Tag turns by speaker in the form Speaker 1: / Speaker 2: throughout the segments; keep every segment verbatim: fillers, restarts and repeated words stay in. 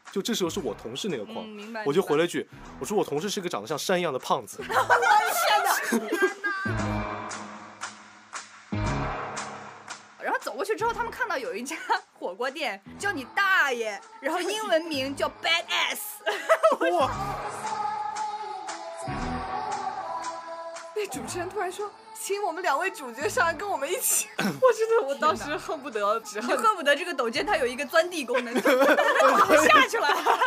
Speaker 1: 就这时候是我同事那个框，
Speaker 2: 嗯、明白
Speaker 1: 我就回了一句，我说我同事是个长得像山一样的胖子。
Speaker 2: 我天哪！然后走过去之后，他们看到有一家火锅店叫你大爷，然后英文名叫 Badass。哇！
Speaker 3: 那主持人突然说：“请我们两位主角上来跟我们一起。”我真的，我当时恨不得只
Speaker 2: 恨恨不得这个抖肩它有一个钻地功能，就下去了。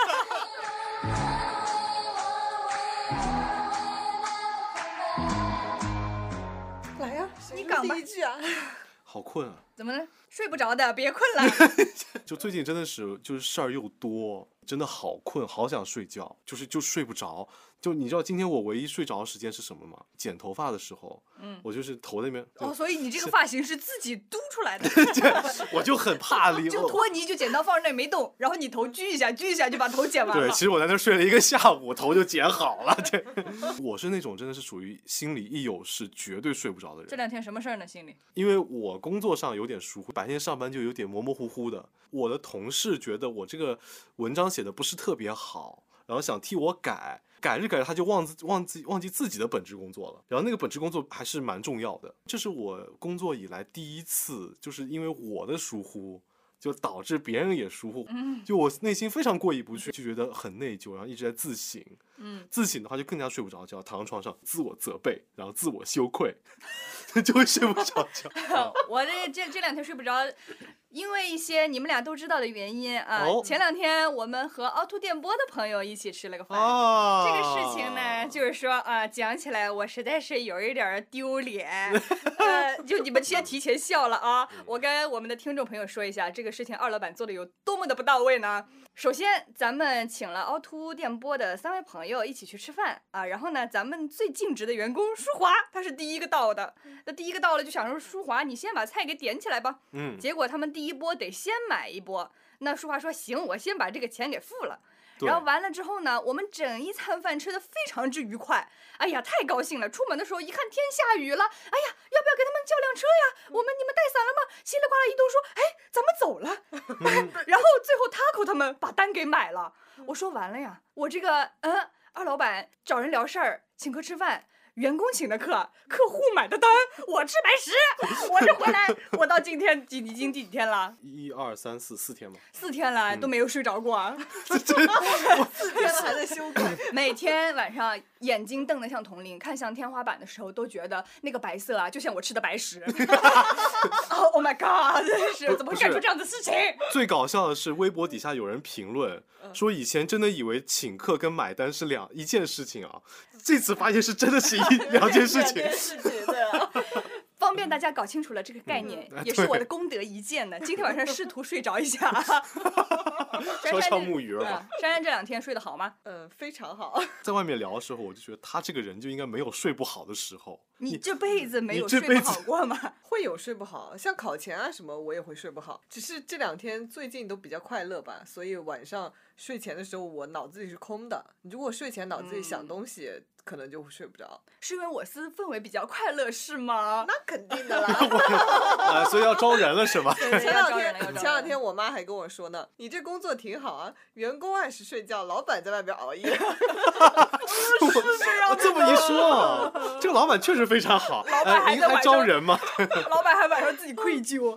Speaker 3: 来呀，
Speaker 2: 你讲吧。
Speaker 3: 第一句啊。
Speaker 1: 好困啊！
Speaker 2: 怎么了？睡不着的，别困了。
Speaker 1: 就最近真的是就是事儿又多，真的好困，好想睡觉，就是就睡不着。就你知道今天我唯一睡着的时间是什么吗？剪头发的时候，嗯，我就是头那边。
Speaker 2: 哦，所以你这个发型是自己嘟出来的。
Speaker 1: 我就很怕离，
Speaker 2: 就拖泥就剪刀放在那没动，然后你头锯一下，锯一下就把头剪完了。
Speaker 1: 对，其实我在那睡了一个下午，头就剪好了。对，我是那种真的是属于心里一有事绝对睡不着的人。
Speaker 2: 这两天什么事儿呢？心里？
Speaker 1: 因为我工作上有点疏忽，白天上班就有点模模糊糊的。我的同事觉得我这个文章写的不是特别好，然后想替我改。改着改着他就忘记忘记忘记自己的本职工作了，然后那个本职工作还是蛮重要的。这是我工作以来第一次，就是因为我的疏忽，就导致别人也疏忽，就我内心非常过意不去，就觉得很内疚，然后一直在自省。嗯，自省的话就更加睡不着觉，躺在床上自我责备，然后自我羞愧，就会睡不着觉。
Speaker 2: 我这这这两天睡不着。因为一些你们俩都知道的原因啊，
Speaker 1: 哦、
Speaker 2: 前两天我们和凹凸电波的朋友一起吃了个饭。
Speaker 1: 啊、
Speaker 2: 这个事情呢，就是说啊，讲起来我实在是有一点丢脸。呃，就你们先提前笑了啊！我跟我们的听众朋友说一下，这个事情二老板做的有多么的不到位呢？首先，咱们请了凹凸电波的三位朋友一起去吃饭啊，然后呢，咱们最尽职的员工舒华，他是第一个到的。那第一个到了就想说，舒华，你先把菜给点起来吧。嗯。结果他们第一波得先买一波，那舒华说行，我先把这个钱给付了。然后完了之后呢，我们整一餐饭吃得非常之愉快，哎呀，太高兴了！出门的时候一看天下雨了，哎呀，要不要给他们叫辆车呀？我们你们带伞了吗？稀里呱啦一动说，哎，咱们走了。嗯、然后最后 Taco 他们把单给买了。我说完了呀，我这个嗯，二老板找人聊事儿，请客吃饭。员工请的客，客户买的单，我吃白食。我这回来，我到今天几已经第几天了？
Speaker 1: 一二三四四天吧。
Speaker 2: 四天了、嗯、都没有睡着过。
Speaker 3: 四天了还在羞愧。
Speaker 2: 每天晚上眼睛瞪得像铜铃，看向天花板的时候，都觉得那个白色啊，就像我吃的白食。Oh my god！ 真是怎么会干出这样的事情？
Speaker 1: 最搞笑的是，微博底下有人评论说，以前真的以为请客跟买单是两一件事情啊，这次发现是真的是一两件事情。
Speaker 3: 两件事情，对啊。
Speaker 2: 方便大家搞清楚了这个概念，嗯、也是我的功德一件的。今天晚上试图睡着一下。
Speaker 1: 敲敲木鱼了。
Speaker 2: 珊珊这两天睡得好吗？
Speaker 3: 嗯，非常好。
Speaker 1: 在外面聊的时候，我就觉得他这个人就应该没有睡不好的时候。
Speaker 2: 你这辈子没有睡不好过吗？
Speaker 3: 会有睡不好，像考前啊什么我也会睡不好，只是这两天最近都比较快乐吧，所以晚上睡前的时候我脑子里是空的。如果睡前脑子里想东西，嗯、可能就会睡不着。
Speaker 2: 是因为我司氛围比较快乐是吗？
Speaker 3: 那肯定的啦。
Speaker 1: 啊，所以要招人了是吧？
Speaker 3: 前两天前两天我妈还跟我说呢，你这工作挺好啊，员工按时睡觉，老板在外边熬夜。
Speaker 2: 是这样的。
Speaker 1: 这么一说，这个老板确实非常好。
Speaker 2: 老板还
Speaker 1: 您还招人吗？
Speaker 2: 老板还晚上自己愧疚。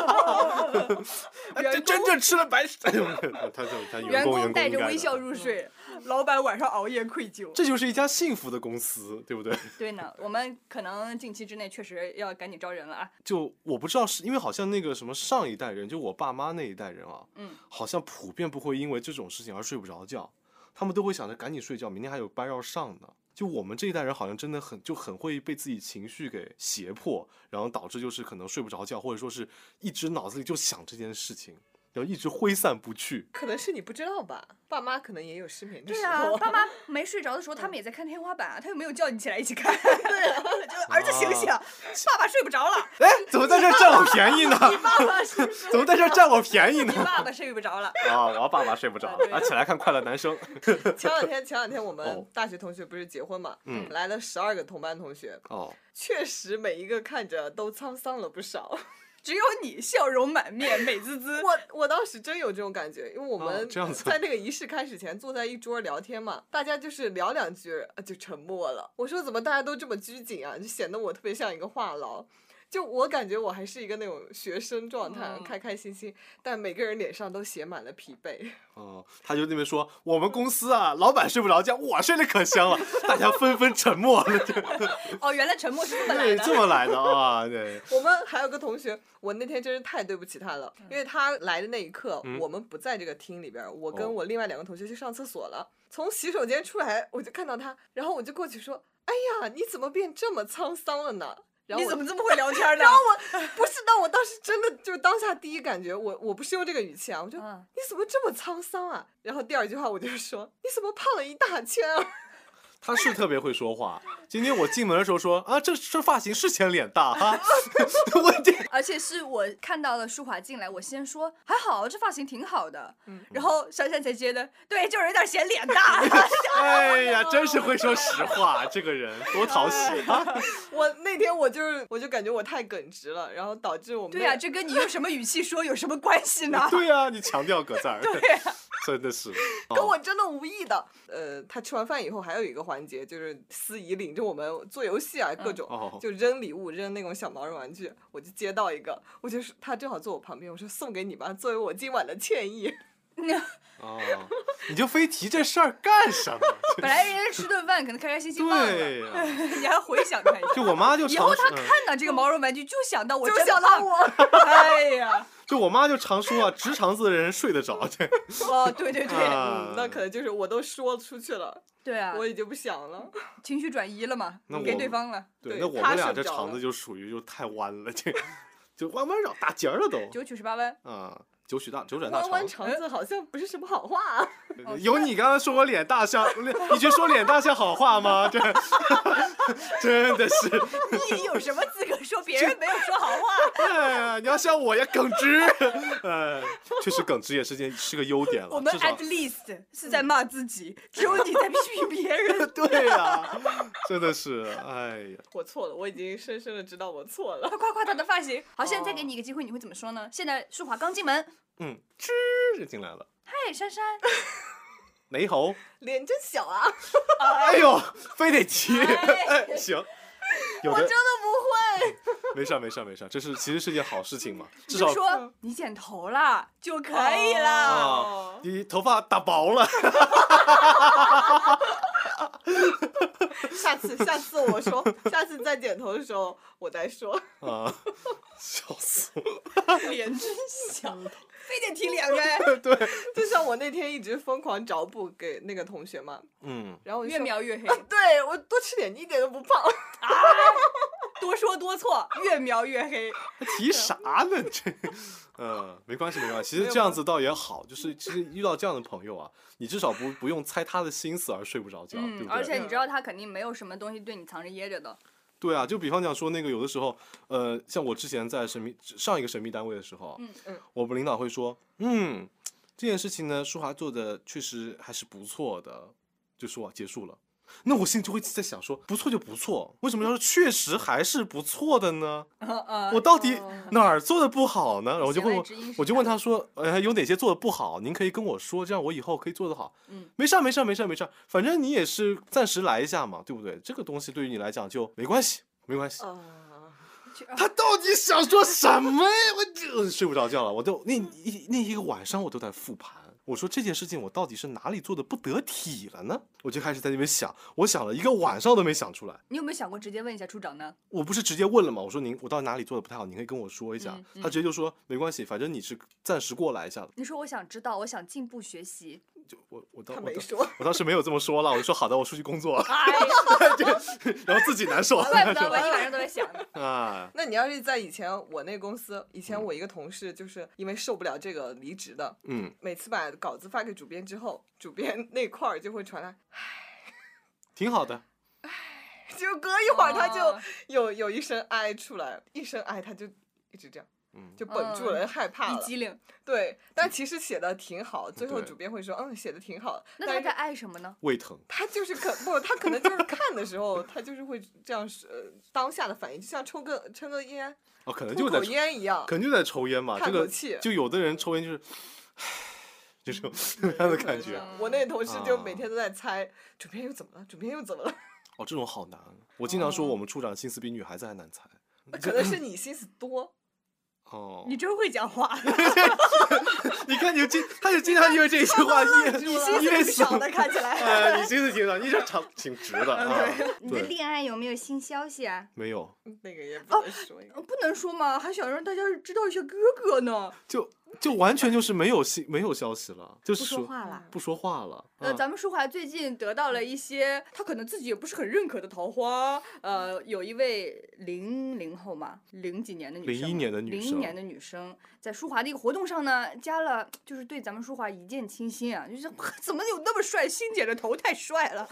Speaker 1: 这真正吃了白食。他他
Speaker 2: 员工带着微笑入睡，老板晚上熬夜愧疚。
Speaker 1: 这就是一家幸福的公司，对不对？
Speaker 2: 对呢，我们可能近期之内确实要赶紧招人了啊。
Speaker 1: 就我不知道是因为好像那个什么上一代人，就我爸妈那一代人啊，
Speaker 2: 嗯，
Speaker 1: 好像普遍不会因为这种事情而睡不着觉，他们都会想着赶紧睡觉，明天还有班要上呢。就我们这一代人好像真的很就很会被自己情绪给胁迫，然后导致就是可能睡不着觉，或者说是一直脑子里就想这件事情，然后一直挥散不去。
Speaker 3: 可能是你不知道吧，爸妈可能也有失眠的时
Speaker 2: 候。对啊，爸妈没睡着的时候，他们也在看天花板啊，他又没有叫你起来一起看。对啊，就儿子醒醒，啊、爸爸睡不着了。
Speaker 1: 哎，怎么在这占我便宜呢？
Speaker 2: 你爸爸是不是
Speaker 1: 怎么在这占我便宜呢？
Speaker 2: 你爸爸睡不着了。
Speaker 1: 啊，我爸爸睡不着了，啊，起来看快乐男生。
Speaker 3: 前两天前两天我们大学同学不是结婚嘛，
Speaker 1: 嗯，
Speaker 3: 来了十二个同班同学。
Speaker 1: 哦，
Speaker 3: 确实每一个看着都沧桑了不少。
Speaker 2: 只有你笑容满面，美滋滋。
Speaker 3: 我我当时真有这种感觉，因为我
Speaker 1: 哦
Speaker 3: 们
Speaker 1: 这样子
Speaker 3: 在那个仪式开始前坐在一桌聊天嘛，大家就是聊两句呃就沉默了。我说怎么大家都这么拘谨啊，就显得我特别像一个话痨。就我感觉我还是一个那种学生状态，
Speaker 2: 嗯
Speaker 3: 开开心心，但每个人脸上都写满了疲惫。
Speaker 1: 哦，他就那边说我们公司啊，老板睡不着觉，我睡得可香了，大家纷纷沉默了。
Speaker 2: 哦，原来沉默是这么来
Speaker 1: 对，
Speaker 2: 的。
Speaker 1: 这么来的啊，对。
Speaker 3: 我们还有个同学，我那天真是太对不起他了，因为他来的那一刻，
Speaker 1: 嗯
Speaker 3: 我们不在这个厅里边，我跟
Speaker 1: 哦
Speaker 3: 我另外两个同学去上厕所了。从洗手间出来，我就看到他，然后我就过去说：“哎呀，你怎么变这么沧桑了呢？”然后我
Speaker 2: 你怎么这么会聊天呢？
Speaker 3: 然后我不是，但我当时真的就是当下第一感觉，我我不是用这个语气啊，我就、
Speaker 2: 嗯
Speaker 3: 你怎么这么沧桑啊？然后第二句话我就说你怎么胖了一大圈啊？
Speaker 1: 他是特别会说话。今天我进门的时候说啊，这这发型是显脸大哈。我这
Speaker 2: 而且是我看到了舒华进来，我先说还好，这发型挺好的，
Speaker 3: 嗯
Speaker 2: 然后珊珊才接的，对，就是有点显脸大。
Speaker 1: 哎呀，真是会说实话，这个人多讨喜啊！
Speaker 3: 我那天我就是我就感觉我太耿直了，然后导致我们
Speaker 2: 对呀、
Speaker 3: 那
Speaker 2: 这跟你用什么语气说有什么关系呢？
Speaker 1: 对呀、你强调个字儿，
Speaker 2: 对呀、
Speaker 1: 真的是。
Speaker 3: 跟我真的无意的。呃，他吃完饭以后还有一个环节，就是司仪领着我们做游戏啊，各种、
Speaker 1: 哦
Speaker 3: 就扔礼物，扔那种小毛绒玩具。我就接到一个，我就说他正好坐我旁边，我说送给你吧，作为我今晚的歉意。
Speaker 1: 哦，你就非提这事儿干什么？
Speaker 2: 本来人家吃顿饭可能开开心心忘了，
Speaker 1: 对呀、
Speaker 2: 你还回想他一下。
Speaker 1: 就我妈就常
Speaker 2: 以后他
Speaker 1: 嗯
Speaker 2: 看到这个毛绒玩具就想到我
Speaker 3: 就
Speaker 2: 真胖。
Speaker 3: 想到我，
Speaker 2: 哎呀，
Speaker 1: 就我妈就常说啊，直肠子的人睡得着。对
Speaker 2: 哦，对对对，
Speaker 1: 啊
Speaker 3: 嗯，那可能就是我都说出去了，
Speaker 2: 对啊，
Speaker 3: 我已经不想了。
Speaker 2: 情绪转移了嘛
Speaker 1: 那，我
Speaker 2: 给对方了。
Speaker 1: 对，
Speaker 3: 对
Speaker 1: 那我们俩
Speaker 3: 他睡不着了
Speaker 1: 这肠子就属于就太弯了，这就弯弯绕大节儿了都。
Speaker 2: 九曲十八弯，
Speaker 1: 啊，九曲大九转大
Speaker 3: 弯弯
Speaker 1: 肠。
Speaker 3: 肠子好像不是什么好话、啊。
Speaker 2: 哦
Speaker 1: 有你刚刚说我脸大像，你去说脸大像好话吗？这真的是，
Speaker 2: 你有什么资格说别人没有说好话？
Speaker 1: 哎呀，你要像我呀，耿直。呃，确实耿直也是件是个优点了，
Speaker 2: 我们
Speaker 1: 至少
Speaker 2: at least 是在骂自己，只有你在批评别人。
Speaker 1: 对呀、真的是，哎呀，
Speaker 3: 我错了，我已经深深的知道我错了。
Speaker 2: 快夸夸他的发型。好，现在再给你一个机会，你会怎么说呢？现在舒华刚进门，
Speaker 1: 嗯，吱就进来了，
Speaker 2: 嗨，珊珊，
Speaker 1: 雷猴，
Speaker 3: 脸真小啊！
Speaker 1: 哎呦，非得提，
Speaker 2: 哎
Speaker 1: 哎，行，有的
Speaker 3: 我真的不会。
Speaker 1: 没事儿没事儿没事儿，这是其实是件好事情嘛，至
Speaker 2: 就
Speaker 1: 少
Speaker 2: 说你剪头了就可以了。
Speaker 1: 啊
Speaker 3: 哦，
Speaker 1: 你头发打薄了。
Speaker 3: 下次下次我说，下次再剪头的时候我再说。
Speaker 1: 啊，笑死我！
Speaker 2: 脸真小，非得提两个。
Speaker 1: 对，
Speaker 3: 就像我那天一直疯狂找补给那个同学嘛，
Speaker 1: 嗯，
Speaker 2: 越
Speaker 3: 然后我就说
Speaker 2: 描越黑，
Speaker 3: 对我多吃点，你一点都不胖。
Speaker 2: 多说多错，越描越黑。
Speaker 1: 还提啥呢？这，嗯，没关系没关系，其实这样子倒也好，就是其实遇到这样的朋友啊，你至少不不用猜他的心思而睡不着觉，对
Speaker 2: 嗯，
Speaker 1: 不
Speaker 2: 而且
Speaker 1: 对？
Speaker 2: 你知道他肯定没有什么东西对你藏着掖着的。
Speaker 1: 对啊，就比方讲说那个有的时候，呃，像我之前在神秘上一个神秘单位的时候，
Speaker 2: 嗯
Speaker 3: 嗯，
Speaker 1: 我们领导会说，嗯，这件事情呢，舒华做的确实还是不错的，就说结束了。那我心里就会在想说，不错就不错，为什么要说确实还是不错的呢？
Speaker 2: 呃
Speaker 1: 我到底
Speaker 3: 哦
Speaker 1: 哪儿做的不好呢？然后我就问我
Speaker 2: 弦外之音，是
Speaker 1: 我就问他说，呃，有哪些做的不好？您可以跟我说，这样我以后可以做得好。
Speaker 2: 嗯，
Speaker 1: 没事儿，没事儿，没事儿，没事儿，反正你也是暂时来一下嘛，对不对？这个东西对于你来讲就没关系，没关系。
Speaker 3: 啊，
Speaker 1: 他到底想说什么呀？我就睡不着觉了，我都那一那一个晚上我都在复盘。我说这件事情我到底是哪里做的不得体了呢？我就开始在那边想，我想了一个晚上都没想出来。
Speaker 2: 你有没有想过直接问一下处长呢？
Speaker 1: 我不是直接问了吗？我说您我到底哪里做的不太好，您可以跟我说一下。
Speaker 2: 嗯嗯
Speaker 1: 他直接就说没关系，反正你是暂时过来一下。
Speaker 2: 你说我想知道，我想进步学习。
Speaker 1: 就我我当我当
Speaker 3: 他没说。
Speaker 1: 我当时没有这么说了，我就说好的，我出去工作，
Speaker 2: 哎，
Speaker 1: 然后自己难受。
Speaker 2: 怪不得我一晚上都在想呢。
Speaker 1: 啊，
Speaker 3: 那你要是在以前我那公司，以前我一个同事就是因为受不了这个离职的，
Speaker 1: 嗯，
Speaker 3: 每次把稿子发给主编之后，主编那块儿就会传来，
Speaker 1: 挺好的。
Speaker 3: 就隔一会儿他就
Speaker 2: 哦
Speaker 3: 有有一声哀出来，一声哀他就一直这样。 就绷住了，害怕了，
Speaker 2: 一激灵。
Speaker 3: 对，但其实写的挺好，最后
Speaker 1: 对
Speaker 3: 主编会说，嗯，写的挺好。
Speaker 2: 那他在爱什么呢？
Speaker 1: 胃疼。
Speaker 3: 他就是可不，他可能就是看的时候，他就是会这样，呃，当下的反应，就像抽个抽个烟，
Speaker 1: 哦，可能
Speaker 3: 吐口
Speaker 1: 就在抽
Speaker 3: 烟一样，
Speaker 1: 可能就在抽烟嘛。这个
Speaker 3: 叹口气
Speaker 1: 就有的人抽烟就是，这种这样的感觉。
Speaker 3: 我那个同事就
Speaker 1: 啊
Speaker 3: 每天都在猜，主编又怎么了？主编又怎么了？
Speaker 1: 哦，这种好难。我经常说我们处长心思比女孩子还难猜。
Speaker 3: 可能是你心思多。
Speaker 1: 哦，
Speaker 2: 你真会讲话。
Speaker 1: 你看，你就经，他就经常因为这句话噎
Speaker 2: 你心思挺
Speaker 1: 噎死
Speaker 2: 少的，看起来。
Speaker 1: 哎，你心思挺少，你这长挺直的啊。
Speaker 2: 你的
Speaker 1: 对，
Speaker 2: 恋爱有没有新消息啊？
Speaker 1: 没有，
Speaker 3: 那个也不能说。
Speaker 2: 呃不能说嘛，还想让大家知道一下哥哥呢。
Speaker 1: 就就完全就是没有信，没有消息了，就
Speaker 2: 不
Speaker 1: 是
Speaker 2: 说话了。
Speaker 1: 不说话了。
Speaker 2: 呃，
Speaker 1: 啊
Speaker 2: 咱们舒华最近得到了一些他可能自己也不是很认可的桃花。呃，有一位零零后嘛，零几年的女生，
Speaker 1: 零一年的女生
Speaker 2: 零一年的女生，在舒华的一个活动上呢，加了就是对咱们舒华一见倾心啊，就是怎么有那么帅，欣姐的头太帅了。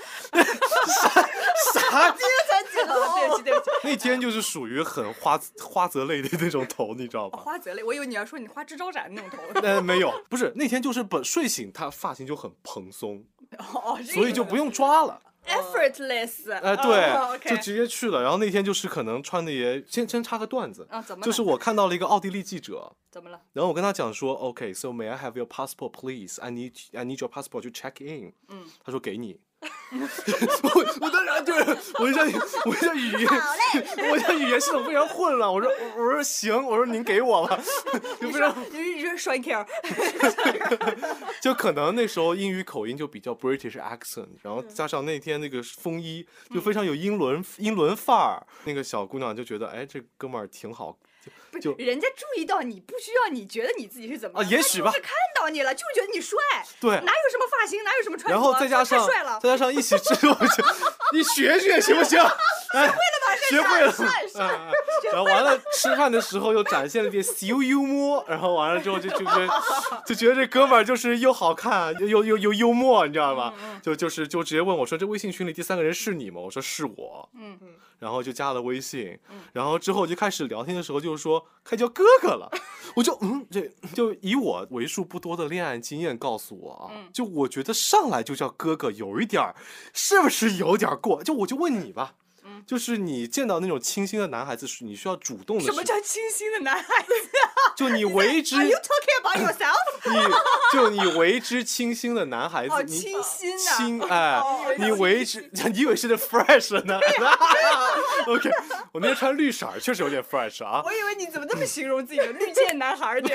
Speaker 1: 啥？
Speaker 2: 今天才剪头，对不起对不起。
Speaker 1: 那天就是属于很花花泽类的那种头，你知道吧？
Speaker 2: 花泽类，我以为你要说你花枝招展那种头。
Speaker 1: 呃，没有，不是那天就是本睡醒，他发型就很蓬松，
Speaker 2: 哦，这个
Speaker 1: 所以就不用抓了。
Speaker 2: effortless。
Speaker 1: 哎、对，
Speaker 2: 哦
Speaker 1: 就
Speaker 2: ，OK。
Speaker 1: 直接去了。然后那天就是可能穿的也，先先插个段子，
Speaker 2: 啊，怎么了？
Speaker 1: 就是我看到了一个奥地利记者，
Speaker 2: 怎么了？
Speaker 1: 然后我跟他讲说 ，OK，so、may I have your passport, please? I need I need your passport to check in。
Speaker 2: 嗯，
Speaker 1: 他说给你。我我当时就是我一下我一下语言，我一下语言系统非常混乱。我说我我说行，我说您给我吧，就非常
Speaker 2: 你你说双 care。
Speaker 1: 就可能那时候英语口音就比较 British accent， 然后加上那天那个风衣就非常有英伦英伦范儿，那个小姑娘就觉得哎这哥们儿挺好。
Speaker 2: 不
Speaker 1: 就是
Speaker 2: 人家注意到你，不需要你觉得你自己是怎么
Speaker 1: 啊也许吧
Speaker 2: 他就是看到你了，就是觉得你帅。
Speaker 1: 对
Speaker 2: 哪有什么发型，哪有什么穿着，
Speaker 1: 然后再加上
Speaker 2: 太帅了。
Speaker 1: 再加上一起之后就，你学学行不行？哎，学会了，
Speaker 2: 帅帅
Speaker 1: 嗯嗯然后完了吃饭的时候又展现了点小幽默，然后完了之后就就觉得就觉得这哥们儿就是又好看又又又又幽默，你知道吧？
Speaker 2: 嗯嗯
Speaker 1: 就就是就直接问我说这微信群里第三个人是你吗？我说是我。
Speaker 2: 嗯嗯。
Speaker 1: 然后就加了微信，
Speaker 2: 嗯
Speaker 1: 然后之后就开始聊天的时候就是说开叫哥哥了，我就嗯这就以我为数不多的恋爱经验告诉我啊，
Speaker 2: 嗯
Speaker 1: 就我觉得上来就叫哥哥有一点儿是不是有点过？就我就问你吧。
Speaker 2: 嗯
Speaker 1: 就是你见到那种清新的男孩子，你需要主动的。
Speaker 2: 什么叫清新的男孩子？
Speaker 1: 就你为之
Speaker 2: Are you talking about yourself？
Speaker 1: 你就你为之清新的男孩子，
Speaker 2: 哦，
Speaker 1: 你
Speaker 2: 清新啊。
Speaker 1: 清哎，
Speaker 2: 哦
Speaker 1: 你为之，你以为是那 fresh 的呢？OK， 我那天穿绿色儿，确实有点 fresh 啊。
Speaker 2: 我以为你怎么这么形容自己的绿箭男孩儿的？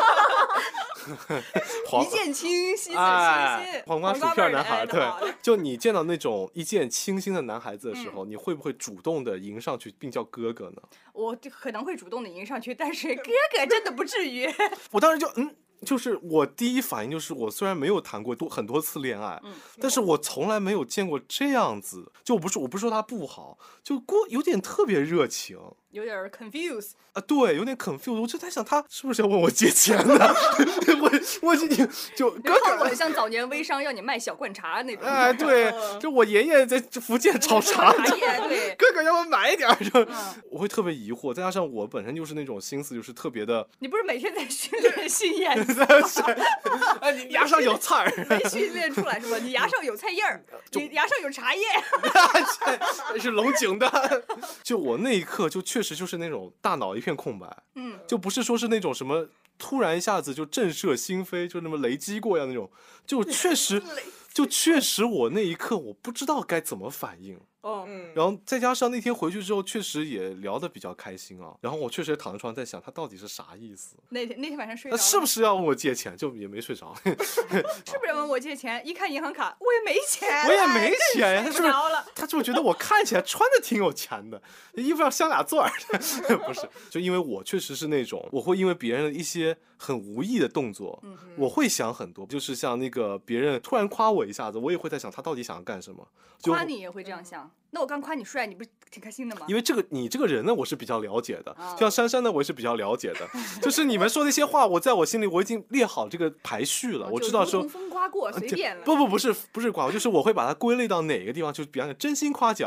Speaker 1: 黄
Speaker 2: 一见倾心，
Speaker 1: 哎
Speaker 2: 清新，
Speaker 1: 黄瓜薯
Speaker 2: 味儿的
Speaker 1: 片男孩，对
Speaker 2: 哎好，
Speaker 1: 就你见到那种一见倾心的男孩子的时
Speaker 2: 嗯
Speaker 1: 候，你会不会主动的迎上去并叫哥哥呢？
Speaker 2: 我就可能会主动的迎上去，但是哥哥真的不至于。
Speaker 1: 我当时就嗯。就是我第一反应就是，我虽然没有谈过多很多次恋爱，
Speaker 2: 嗯
Speaker 1: 但是我从来没有见过这样子。就我不是我不是说他不好，就过有点特别热情
Speaker 2: 有点 confuse。
Speaker 1: 啊，对，有点 confused。我就在想，他是不是要问我借钱呢？我我就就哥哥，
Speaker 2: 看很像早年微商要你卖小罐茶那种。
Speaker 1: 哎，对，就我爷爷在福建炒茶，
Speaker 2: 茶叶对。
Speaker 1: 哥哥要我买一点儿，就
Speaker 2: 嗯
Speaker 1: 我会特别疑惑。再加上我本身就是那种心思就是特别的，
Speaker 2: 你不是每天在训练新颜色？
Speaker 1: 哎，你牙上有刺儿，
Speaker 2: 没训练出来是吧？你牙上有菜叶儿，你牙上有茶叶。
Speaker 1: 这是龙井的。就我那一刻就确实就是那种大脑一片空白，
Speaker 2: 嗯，
Speaker 1: 就不是说是那种什么突然一下子就震慑心扉，就那么雷击过一样那种，就确实就确实我那一刻我不知道该怎么反应。
Speaker 2: 哦，
Speaker 3: 嗯，
Speaker 1: 然后再加上那天回去之后，确实也聊得比较开心啊。然后我确实也躺在床上在想，他到底是啥意思？
Speaker 2: 那天那天晚上睡
Speaker 1: 他
Speaker 2: 着了
Speaker 1: 是不是要问我借钱？就也没睡着。
Speaker 2: 是不是问我借钱？一看银行卡，我也没钱，
Speaker 1: 我也没钱呀，他
Speaker 2: 睡
Speaker 1: 是不是
Speaker 2: 不着了。
Speaker 1: 他是不是觉得我看起来穿的挺有钱的，衣服上镶俩钻儿？不是，就因为我确实是那种，我会因为别人的一些很无意的动作，
Speaker 2: 嗯
Speaker 1: 我会想很多。就是像那个别人突然夸我一下子，我也会在想他到底想要干什么。就
Speaker 2: 夸你也会这样想？那我刚夸你帅，你不是挺开心的吗？
Speaker 1: 因为这个你这个人呢，我是比较了解的，
Speaker 2: 哦
Speaker 1: 像珊珊呢，我也是比较了解的。就是你们说那些话，我在我心里我已经列好这个排序了，我知道说
Speaker 2: 就如同风刮过，随便了。
Speaker 1: 不不不是不是夸我，就是我会把它归类到哪个地方，就是比方讲真心夸奖，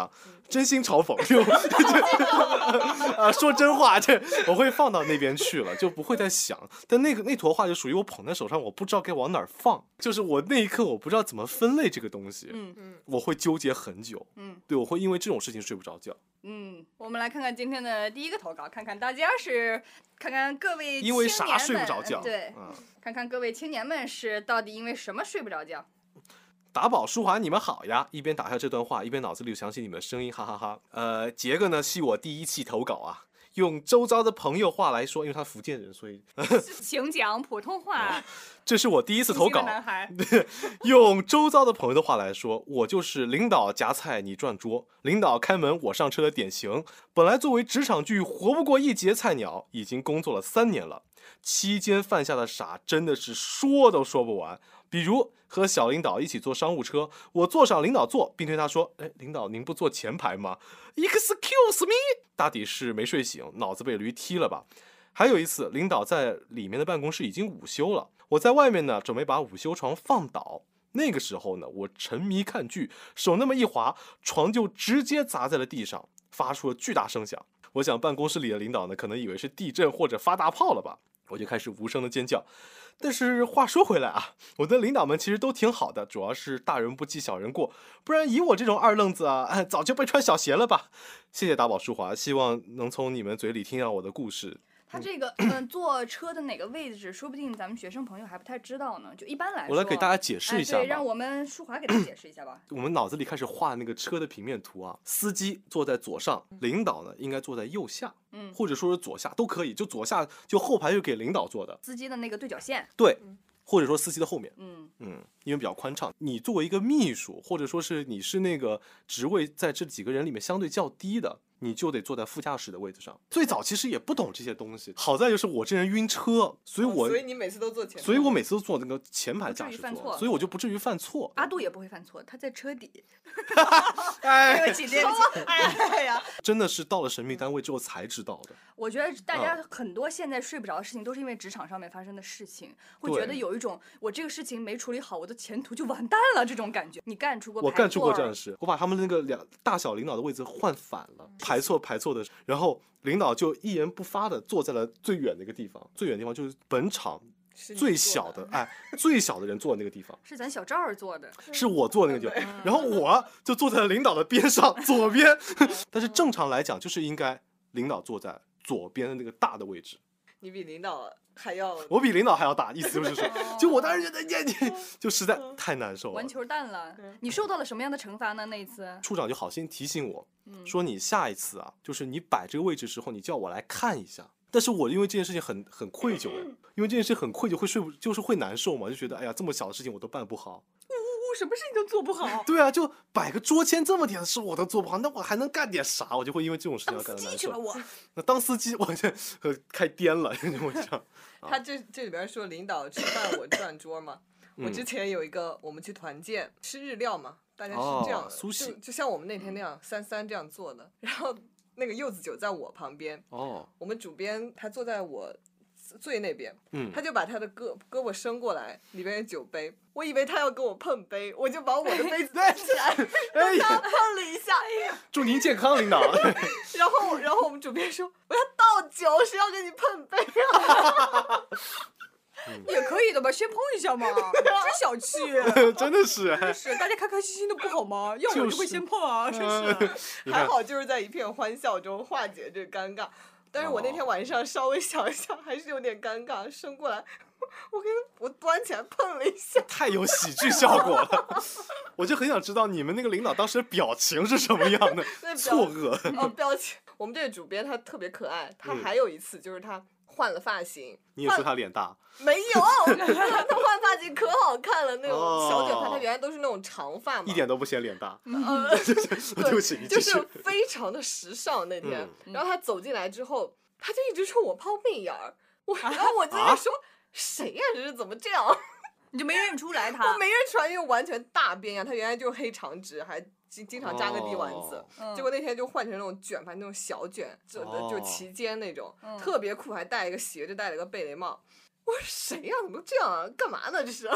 Speaker 1: 真心嘲讽，就啊说真话，这我会放到那边去了，就不会再想。但那个那坨话就属于我捧在手上，我不知道该往哪儿放，就是我那一刻我不知道怎么分类这个东西，
Speaker 2: 嗯
Speaker 3: 嗯，
Speaker 1: 我会纠结很久。
Speaker 2: 嗯
Speaker 1: 对，我会因为这种事情睡不着觉。
Speaker 2: 嗯，我们来看看今天的第一个投稿，看看大家是看看各位
Speaker 1: 因为
Speaker 2: 青年
Speaker 1: 啥睡不
Speaker 2: 们
Speaker 1: 着觉？
Speaker 2: 对，
Speaker 1: 嗯。
Speaker 2: 看看各位青年们是到底因为什么睡不着觉。
Speaker 1: 打宝舒华，你们好呀！一边打下这段话，一边脑子里想起你们的声音，哈哈哈哈。呃，杰哥呢是我第一期投稿啊，用周遭的朋友话来说，因为他福建人，所以
Speaker 2: 请讲普通话。
Speaker 1: 这是我第一次投稿。
Speaker 2: 男孩
Speaker 1: 用周遭的朋友的话来说，我就是领导夹菜你转桌，领导开门我上车的典型。本来作为职场剧活不过一节菜鸟，已经工作了三年了，期间犯下的傻真的是说都说不完。比如和小领导一起坐商务车，我坐上领导座，并对他说：“哎，领导您不坐前排吗 ？”Excuse me， 大抵是没睡醒，脑子被驴踢了吧。还有一次，领导在里面的办公室已经午休了，我在外面呢，准备把午休床放倒。那个时候呢，我沉迷看剧，手那么一滑，床就直接砸在了地上，发出了巨大声响。我想办公室里的领导呢，可能以为是地震或者发大炮了吧，我就开始无声的尖叫。但是话说回来啊，我的领导们其实都挺好的，主要是大人不计小人过，不然以我这种二愣子啊，哎，早就被穿小鞋了吧。谢谢打宝舒华，希望能从你们嘴里听到我的故事。
Speaker 2: 他这个嗯、呃、坐车的哪个位置，说不定咱们学生朋友还不太知道呢。就一般来说，
Speaker 1: 我来给大家解释一下吧。
Speaker 2: 哎、对，让我们舒华给他解释一下吧。
Speaker 1: 我们脑子里开始画那个车的平面图啊，司机坐在左上，领导呢应该坐在右下，
Speaker 2: 嗯，
Speaker 1: 或者说是左下都可以，就左下就后排就给领导坐的，
Speaker 2: 司机的那个对角线，
Speaker 1: 对。或者说司机的后面，
Speaker 2: 嗯
Speaker 1: 嗯，因为比较宽敞。你作为一个秘书，或者说是你是那个职位在这几个人里面相对较低的，你就得坐在副驾驶的位置上。最早其实也不懂这些东西，好在就是我这人晕车，所以我、
Speaker 3: 哦、所以你每次都坐前排，
Speaker 1: 所以我每次都坐那个前排驾驶座，所以我就不至于犯错。
Speaker 2: 阿杜也不会犯错，他在车底。
Speaker 1: 哎，
Speaker 2: 对不起，对不起，哎呀，
Speaker 1: 真的是到了神秘单位之后才知道的。
Speaker 2: 我觉得大家很多现在睡不着的事情，都是因为职场上面发生的事情，会觉得有一种我这个事情没处理好，我的前途就完蛋了这种感觉。你干出过？
Speaker 1: 我干出过这样的事，我把他们那个两大小领导的位置换反了，排错排错的，然后领导就一言不发的坐在了最远的一个地方，最远的地方就是本场最小的，哎，最小的人坐的那个地方，
Speaker 2: 是咱小赵儿坐的，
Speaker 1: 是我坐的那个地方，然后我就坐在了领导的边上左边，但是正常来讲就是应该领导坐在左边的那个大的位置。
Speaker 3: 你比领导还要，
Speaker 1: 我比领导还要大，意思就是说，就我当时觉得你你就实在太难受了，
Speaker 2: 完球蛋了。你受到了什么样的惩罚呢？那一次
Speaker 1: 处长就好心提醒我，
Speaker 2: 嗯、
Speaker 1: 说你下一次啊，就是你摆这个位置时候，你叫我来看一下。但是我因为这件事情很很愧疚，因为这件事很愧疚，会睡不就是会难受嘛，就觉得哎呀，这么小的事情我都办不好。
Speaker 2: 什么事情都做不好。
Speaker 1: 对啊，就摆个桌签这么点的事我都做不好，那我还能干点啥？我就会因为这种事情要感到难受。
Speaker 2: 我
Speaker 1: 那当司机，我就开颠了，就会这样。
Speaker 3: 他这这里边说领导吃饭我转桌嘛，嗯、我之前有一个我们去团建吃日料嘛，大家是这样的，
Speaker 1: 哦、
Speaker 3: 就就像我们那天那样三三这样做的，然后那个柚子酒在我旁边，
Speaker 1: 哦，
Speaker 3: 我们主编他坐在我最那边，
Speaker 1: 嗯，
Speaker 3: 他就把他的胳胳膊伸过来，里边有酒杯，我以为他要跟我碰杯，我就把我的杯子端起来，让他碰了一下，
Speaker 1: 祝您健康，领导。
Speaker 3: 然后，然后我们主编说我要倒酒，谁要跟你碰杯啊？
Speaker 2: 也可以的吧，先碰一下嘛，真小气，
Speaker 1: 真的是，
Speaker 2: 真是，大家开开心心的不好吗？要我就会先碰啊，真是。
Speaker 3: 还好就是在一片欢笑中化解这个尴尬。但是我那天晚上稍微想一想，还是有点尴尬，伸过来，我跟我端起来碰了一下，
Speaker 1: 太有喜剧效果了。我就很想知道你们那个领导当时的表情是什么样的，错愕。
Speaker 3: 哦，表情。我们这个主编他特别可爱，他还有一次就是他换了发型。嗯、
Speaker 1: 你也说他脸大？
Speaker 3: 没有，他他换发型可好看了，那种小卷发，他原来都是那种长发嘛，
Speaker 1: 一点都不显脸大。
Speaker 3: 呃，
Speaker 1: 对不起，
Speaker 3: 就是非常的时尚那天。嗯、然后他走进来之后，他就一直冲我抛媚眼儿，我然后我就在说、啊、谁呀、啊，这是怎么这样？
Speaker 2: 你就没认出来他？
Speaker 3: 我没认出来，因为完全大变呀，他原来就是黑长直，还经经常扎个地丸子，
Speaker 2: 哦、
Speaker 3: 结果那天就换成那种卷发，那种小卷，就
Speaker 1: 哦、
Speaker 3: 就齐肩那种，
Speaker 2: 嗯、
Speaker 3: 特别酷，还戴一个斜着戴了个贝雷帽。我说谁呀、啊？怎么这样啊？干嘛呢？这是。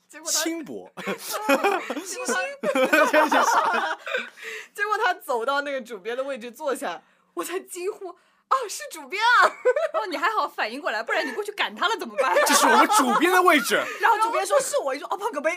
Speaker 3: 结果他
Speaker 1: 轻薄，
Speaker 3: 结果他结果他走到那个主编的位置坐下，我才惊呼啊，是主编啊！
Speaker 2: 哦，你还好反应过来，不然你过去赶他了怎么办？
Speaker 1: 这是我们主编的位置。
Speaker 2: 然后主编说是我，你说哦碰个杯。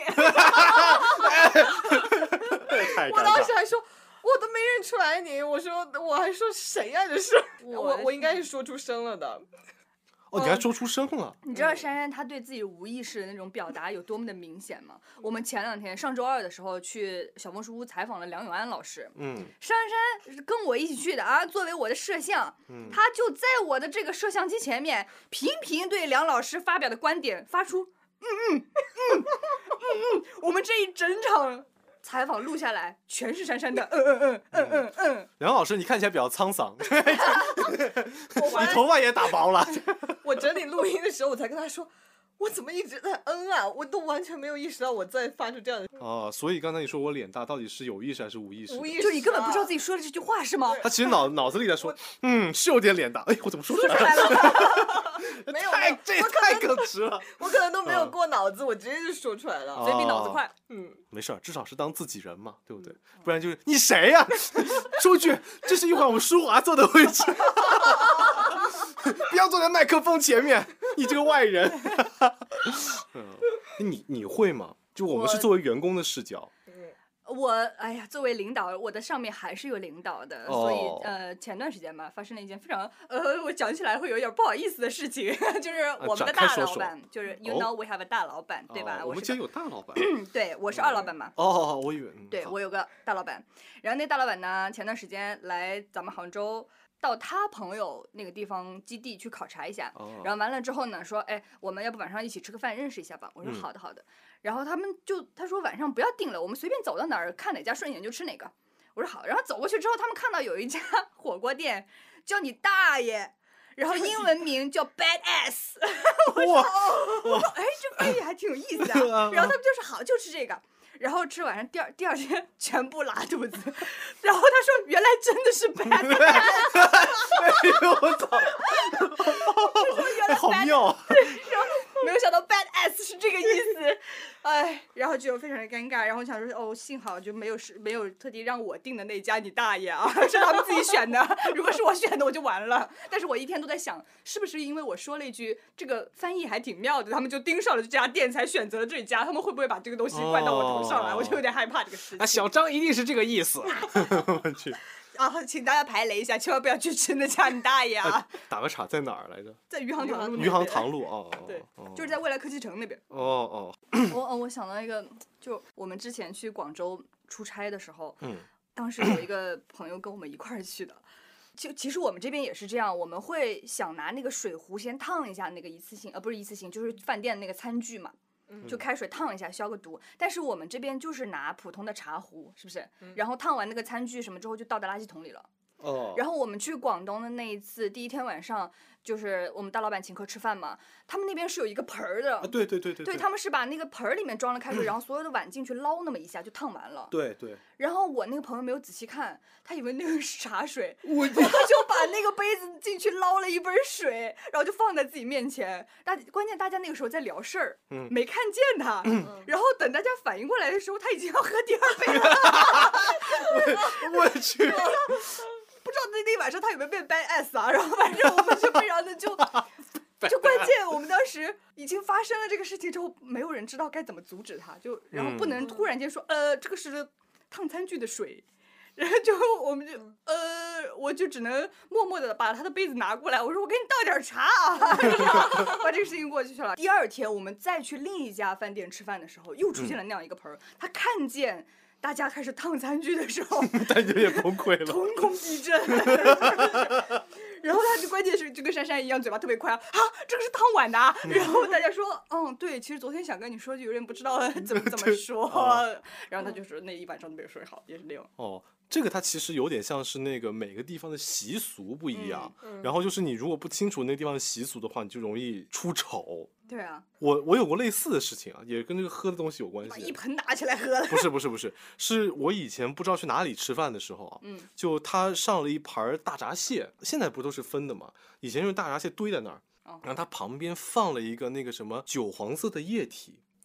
Speaker 1: 太
Speaker 3: 我当时
Speaker 1: 尴尬。
Speaker 3: 还说。我都没认出来你，我说我还说谁呀、啊、这是我
Speaker 2: 我
Speaker 3: 我应该是说出声了的。
Speaker 1: 哦，你还说出声了。
Speaker 2: 你知道珊珊她对自己无意识的那种表达有多么的明显吗？我们前两天上周二的时候去小红书屋采访了梁永安老师，
Speaker 1: 嗯，
Speaker 2: 珊珊是跟我一起去的啊，作为我的摄像，
Speaker 1: 嗯
Speaker 2: 她就在我的这个摄像机前面，频频对梁老师发表的观点发出嗯嗯嗯嗯嗯，我们这一整场采访录下来，全是珊珊的嗯嗯嗯嗯嗯嗯。
Speaker 1: 梁老师，你看起来比较沧桑，
Speaker 3: 我
Speaker 1: 你头发也打薄了。
Speaker 3: 我整理录音的时候，我才跟他说，我怎么一直在嗯啊，我都完全没有意识到我在发出这样的
Speaker 1: 哦，所以刚才你说我脸大，到底是有意识还是无意识的？
Speaker 3: 无意识、啊，
Speaker 2: 就你根本不知道自己说的这句话是吗？
Speaker 1: 他其实脑脑子里在说，嗯，是有点脸大。哎，我怎么说出
Speaker 2: 说出
Speaker 1: 来了？
Speaker 2: 来了，
Speaker 3: 没有
Speaker 1: 太这也太耿直了。
Speaker 3: 我可能都没有过脑子，我直接就说出来了。
Speaker 1: 哦
Speaker 2: 嘴比脑子快。
Speaker 3: 嗯，
Speaker 1: 没事儿，至少是当自己人嘛，对不对？不然就是你谁呀、说句，这是一会儿我们舒华坐的位置，不要坐在麦克风前面，你这个外人。嗯，你你会吗？就我们是作为员工的视角。
Speaker 2: 我哎呀，作为领导，我的上面还是有领导的，
Speaker 1: 哦
Speaker 2: 所以呃，前段时间吧，发生了一件非常呃，我讲起来会有点不好意思的事情，就是我们的大老板，就是 you know we have a 大老板，对吧？
Speaker 1: 哦、我们
Speaker 2: 是
Speaker 1: 家有大老板。
Speaker 2: 对，我是二老板嘛。
Speaker 1: 哦，我以为。嗯、
Speaker 2: 对，我有个大老板，然后那大老板呢，前段时间来咱们杭州。到他朋友那个地方基地去考察一下，
Speaker 1: 哦、
Speaker 2: 然后完了之后呢，说，哎，我们要不晚上一起吃个饭，认识一下吧？我说好的好的。嗯、然后他们就他说晚上不要定了，我们随便走到哪儿看哪家顺眼就吃哪个。我说好。然后走过去之后，他们看到有一家火锅店叫你大爷，然后英文名叫 Bad Ass。我说哦，我说哎，这翻译还挺有意思的。然后他们就说好，就吃这个。然后吃晚上第二第二天全部拉肚子，然后他说原来真的是 bad ass，
Speaker 1: 哎呦我操！
Speaker 2: 他说原来 bad，
Speaker 1: 好妙啊！
Speaker 2: 没有想到 bad ass 是这个意思，哎，然后就非常的尴尬，然后想说哦，幸好就没有是没有特地让我订的那家你大爷啊，是他们自己选的，如果是我选的我就完了。但是我一天都在想，是不是因为我说了一句这个翻译还挺妙的，他们就盯上了这家店才选择了这一家，他们会不会把这个东西怪到我头上来？哦、我就有点害怕这个事情。
Speaker 1: 啊，小张一定是这个意思。我去。
Speaker 2: 啊，请大家排雷一下，千万不要去吃那家你大爷啊！
Speaker 1: 打个岔，在哪儿来着？
Speaker 2: 在余杭塘路。
Speaker 1: 余杭塘路哦。
Speaker 2: 对，
Speaker 1: 哦、
Speaker 2: 就是在未来科技城那边。
Speaker 1: 哦哦。
Speaker 2: 我我想到一个，就我们之前去广州出差的时候，
Speaker 1: 嗯，
Speaker 2: 当时有一个朋友跟我们一块儿去的。就其实我们这边也是这样，我们会想拿那个水壶先烫一下那个一次性，呃，不是一次性，就是饭店那个餐具嘛。就开水烫一下消个毒，但是我们这边就是拿普通的茶壶，是不是？然后烫完那个餐具什么之后就倒在垃圾桶里了。
Speaker 1: 哦。
Speaker 2: 然后我们去广东的那一次，第一天晚上就是我们大老板请客吃饭嘛，他们那边是有一个盆儿的。
Speaker 1: 啊，对对对对。
Speaker 2: 对，他们是把那个盆儿里面装了开水，然后所有的碗进去捞那么一下就烫完了。
Speaker 1: 对对。
Speaker 2: 然后我那个朋友没有仔细看，他以为那个是茶水，
Speaker 1: 我
Speaker 2: 他就把那个杯子进去捞了一杯水，然后就放在自己面前。大关键大家那个时候在聊事儿，
Speaker 1: 嗯、
Speaker 2: 没看见他。嗯、然后等大家反应过来的时候，他已经要喝第二杯了。
Speaker 1: 我, 我去。
Speaker 2: 不知道那那晚上他有没有变 bad ass 啊？然后反正我们是非常的就就关键我们当时已经发生了这个事情之后，没有人知道该怎么阻止他，就然后不能突然间说、嗯、呃这个是烫餐具的水。然后就我们就呃，我就只能默默的把他的杯子拿过来，我说我给你倒点茶啊，把这个事情过去了。第二天我们再去另一家饭店吃饭的时候，又出现了那样一个盆儿、嗯，他看见大家开始烫餐具的时候，
Speaker 1: 他有点崩溃了，
Speaker 2: 瞳孔地震。然后他就关键是就跟珊珊一样，嘴巴特别快啊，啊，这个是烫碗的、啊。然后大家说，嗯，对，其实昨天想跟你说，就有点不知道怎么怎么说。然后他就说那一晚上都没有睡好，也是那样。
Speaker 1: 哦。这个它其实有点像是那个每个地方的习俗不一样、
Speaker 3: 嗯嗯、
Speaker 1: 然后就是你如果不清楚那个地方的习俗的话，你就容易出丑。
Speaker 2: 对啊，
Speaker 1: 我我有过类似的事情啊，也跟这个喝的东西有关系。
Speaker 2: 把一盆拿起来喝了。
Speaker 1: 不是不是不是，是我以前不知道去哪里吃饭的时候啊，
Speaker 2: 嗯，
Speaker 1: 就他上了一盘大闸蟹，现在不都是分的嘛？以前就是大闸蟹堆在那儿，然后它旁边放了一个那个什么酒黄色的液体。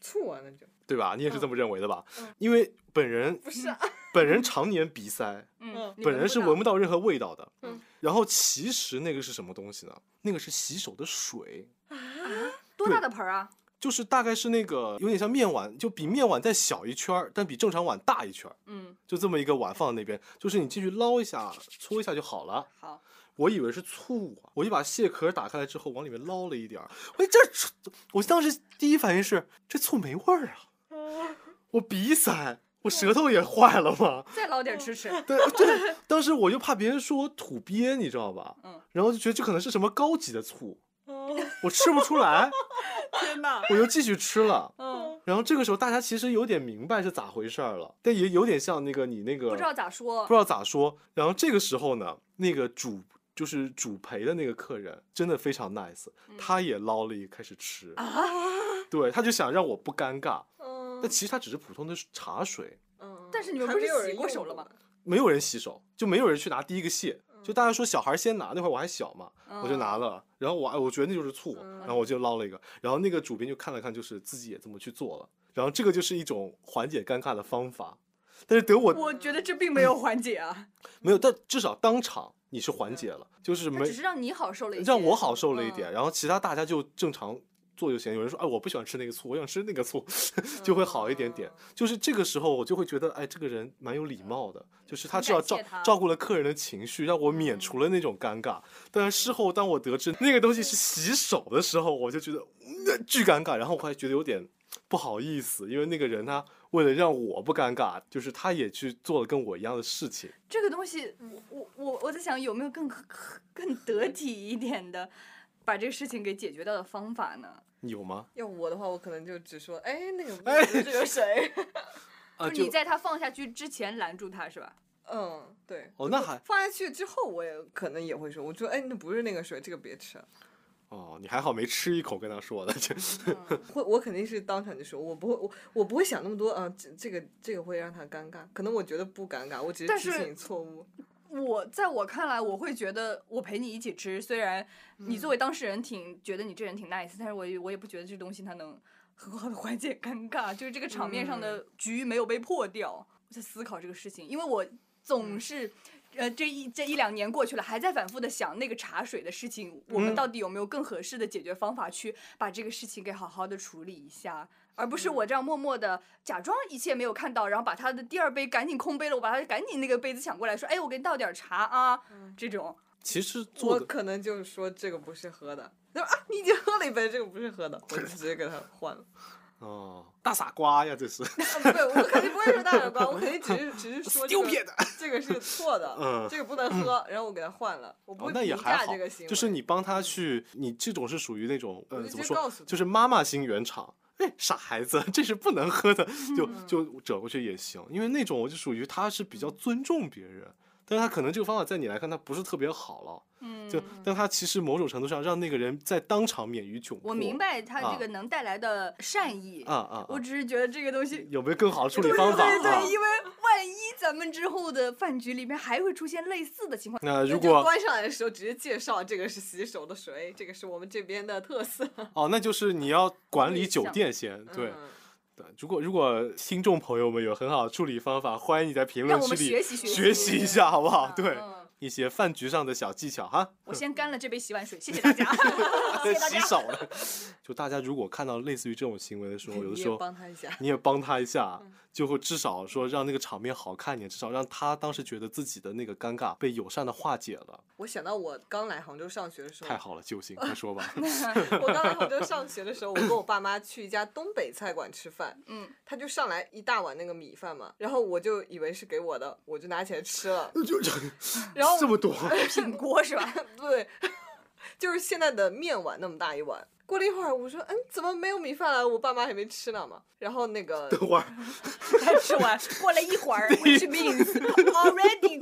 Speaker 3: 醋啊，那就
Speaker 1: 对吧？你也是这么认为的吧？
Speaker 3: 嗯、
Speaker 1: 因为本人
Speaker 3: 不是、啊，
Speaker 1: 本人常年鼻塞，
Speaker 2: 嗯，
Speaker 1: 本人是闻不到任何味道的。
Speaker 3: 嗯，
Speaker 1: 然后其实那个是什么东西呢？那个是洗手的水。
Speaker 2: 啊，多大的盆啊？
Speaker 1: 就是大概是那个有点像面碗，就比面碗再小一圈，但比正常碗大一圈。
Speaker 2: 嗯，
Speaker 1: 就这么一个碗放在那边，就是你进去捞一下，搓一下就好了。
Speaker 2: 好，
Speaker 1: 我以为是醋啊，我就把蟹壳打开来之后往里面捞了一点儿。喂，这我当时第一反应是这醋没味儿啊，我鼻塞，我舌头也坏了嘛。
Speaker 2: 再捞点吃吃。
Speaker 1: 对对，当时我又怕别人说我土鳖，你知道吧？
Speaker 2: 嗯，
Speaker 1: 然后就觉得这可能是什么高级的醋。我吃不出来，
Speaker 3: 天哪！
Speaker 1: 我就继续吃了。
Speaker 2: 嗯，
Speaker 1: 然后这个时候大家其实有点明白是咋回事儿了，但也有点像那个你那个
Speaker 2: 不知道咋说，
Speaker 1: 不知道咋说。然后这个时候呢，那个主就是主陪的那个客人真的非常 nice，、嗯、他也捞了一个开始吃啊，对，他就想让我不尴尬，嗯，但其实他只是普通的茶水，
Speaker 3: 嗯，
Speaker 2: 但是你们不是洗过手了吗？
Speaker 1: 没有人洗手，就没有人去拿第一个蟹。就大家说小孩先拿，那会儿我还小嘛，
Speaker 2: 嗯、
Speaker 1: 我就拿了，然后我我觉得那就是醋，嗯、然后我就捞了一个，然后那个主编就看了看，就是自己也这么去做了，然后这个就是一种缓解尴尬的方法，但是等我
Speaker 2: 我觉得这并没有缓解啊，
Speaker 1: 嗯、没有，但至少当场你是缓解了，就是没
Speaker 2: 只是让你好受了一点，
Speaker 1: 让我好受了一点，
Speaker 2: 嗯、
Speaker 1: 然后其他大家就正常做就行。有人说哎我不喜欢吃那个醋，我想吃那个醋，就会好一点点。嗯、就是这个时候我就会觉得哎这个人蛮有礼貌的。就是他至少照照顾了客人的情绪，让我免除了那种尴尬。但是事后当我得知那个东西是洗手的时候，我就觉得、嗯、巨尴尬，然后我还觉得有点不好意思，因为那个人他为了让我不尴尬，就是他也去做了跟我一样的事情。
Speaker 2: 这个东西，我我我在想有没有更更得体一点的把这个事情给解决掉的方法呢？
Speaker 1: 有吗？
Speaker 3: 要我的话，我可能就只说，哎，那个不是这个谁。
Speaker 2: 就你在他放下去之前拦住他是吧？
Speaker 3: 嗯，对。
Speaker 1: 哦，那还
Speaker 3: 放下去之后，我也可能也会说，我说，哎，那不是那个水，这个别吃。
Speaker 1: 哦，你还好没吃一口跟他说的，就
Speaker 3: 嗯、会我肯定是当场就说，我不会，我我不会想那么多啊，这这个这个会让他尴尬，可能我觉得不尴尬，我只是提醒你错误。
Speaker 2: 我在我看来，我会觉得我陪你一起吃，虽然你作为当事人挺觉得你这人挺 nice，、嗯、但是我我也不觉得这东西它能很好的缓解尴尬，就是这个场面上的局没有被破掉。嗯、我在思考这个事情，因为我总是，呃，这一这一两年过去了，还在反复的想那个茶水的事情，我们到底有没有更合适的解决方法去把这个事情给好好的处理一下，而不是我这样默默的假装一切没有看到，然后把他的第二杯赶紧空杯了，我把他赶紧那个杯子抢过来说，哎，我给你倒点茶啊，嗯、这种。
Speaker 1: 其实做
Speaker 3: 我可能就是说这个不是喝的，他说啊，你已经喝了一杯，这个不是喝的，我就直接给他换了。
Speaker 1: 哦，大傻瓜呀，这是。
Speaker 3: 对，我肯定不会说大傻瓜，我肯定只是只是说这个这个是错的，
Speaker 1: 嗯，
Speaker 3: 这个不能喝，嗯、然后我给他换了，我不会评价这个行为。
Speaker 1: 就是你帮他去，你这种是属于那种呃怎么说，
Speaker 3: 就,
Speaker 1: 就是妈妈型圆场。哎，傻孩子，这是不能喝的，就就折过去也行，因为那种我就属于他是比较尊重别人。但是他可能这个方法在你来看他不是特别好了，嗯，就但他其实某种程度上让那个人在当场免于窘迫。
Speaker 2: 我明白他这个能带来的善意
Speaker 1: 啊啊，啊
Speaker 2: 我只是觉得这个东西
Speaker 1: 有没有更好的处理方法？
Speaker 2: 对对对，
Speaker 1: 啊、
Speaker 2: 因为万一咱们之后的饭局里面还会出现类似的情况。
Speaker 1: 那如果
Speaker 3: 端上来的时候直接介绍这个是洗手的水，这个是我们这边的特色。
Speaker 1: 哦，那就是你要管理酒店先，对。嗯对，如果如果听众朋友们有很好的处理方法，欢迎你在评论区里
Speaker 2: 学习学习
Speaker 1: 学习一下，好不好？对，
Speaker 2: 嗯、
Speaker 1: 一些饭局上的小技巧哈。
Speaker 2: 我先干了这杯洗碗水，谢谢大家。谢谢大家。
Speaker 1: 洗手了。就大家如果看到类似于这种行为的时候，有的时候
Speaker 3: 帮他一下，
Speaker 1: 你也帮他一下，就会至少说让那个场面好看一点，至少让他当时觉得自己的那个尴尬被友善的化解了。
Speaker 3: 我想到我刚来杭州上学的时候，
Speaker 1: 太好了，救星，快说吧。
Speaker 3: 我刚来杭州上学的时候，我跟我爸妈去一家东北菜馆吃饭，嗯，他就上来一大碗那个米饭嘛，然后我就以为是给我的，我就拿起来吃了，然后
Speaker 1: 这么多
Speaker 2: 品锅是吧？
Speaker 3: 对，就是现在的面碗那么大一碗。过了一会儿，我说，嗯，怎么没有米饭了？我爸妈还没吃呢嘛。然后那个
Speaker 1: 等会儿
Speaker 2: 才吃完，过了一会儿 ，which means already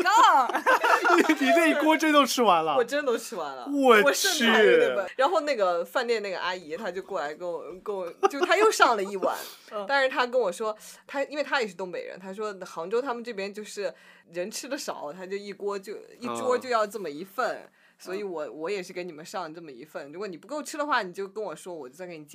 Speaker 2: gone
Speaker 1: 你那一锅真都吃完了？
Speaker 3: 我真都吃完了，
Speaker 1: 我
Speaker 3: 我去。然后那个饭店那个阿姨，她就过来跟我跟我，就她又上了一碗，但是她跟我说，她因为她也是东北人，她说杭州他们这边就是人吃的少，她就一锅就一桌就要这么一份。嗯所以我我也是给你们上这么一份，如果你不够吃的话，你就跟我说，我就再给你加。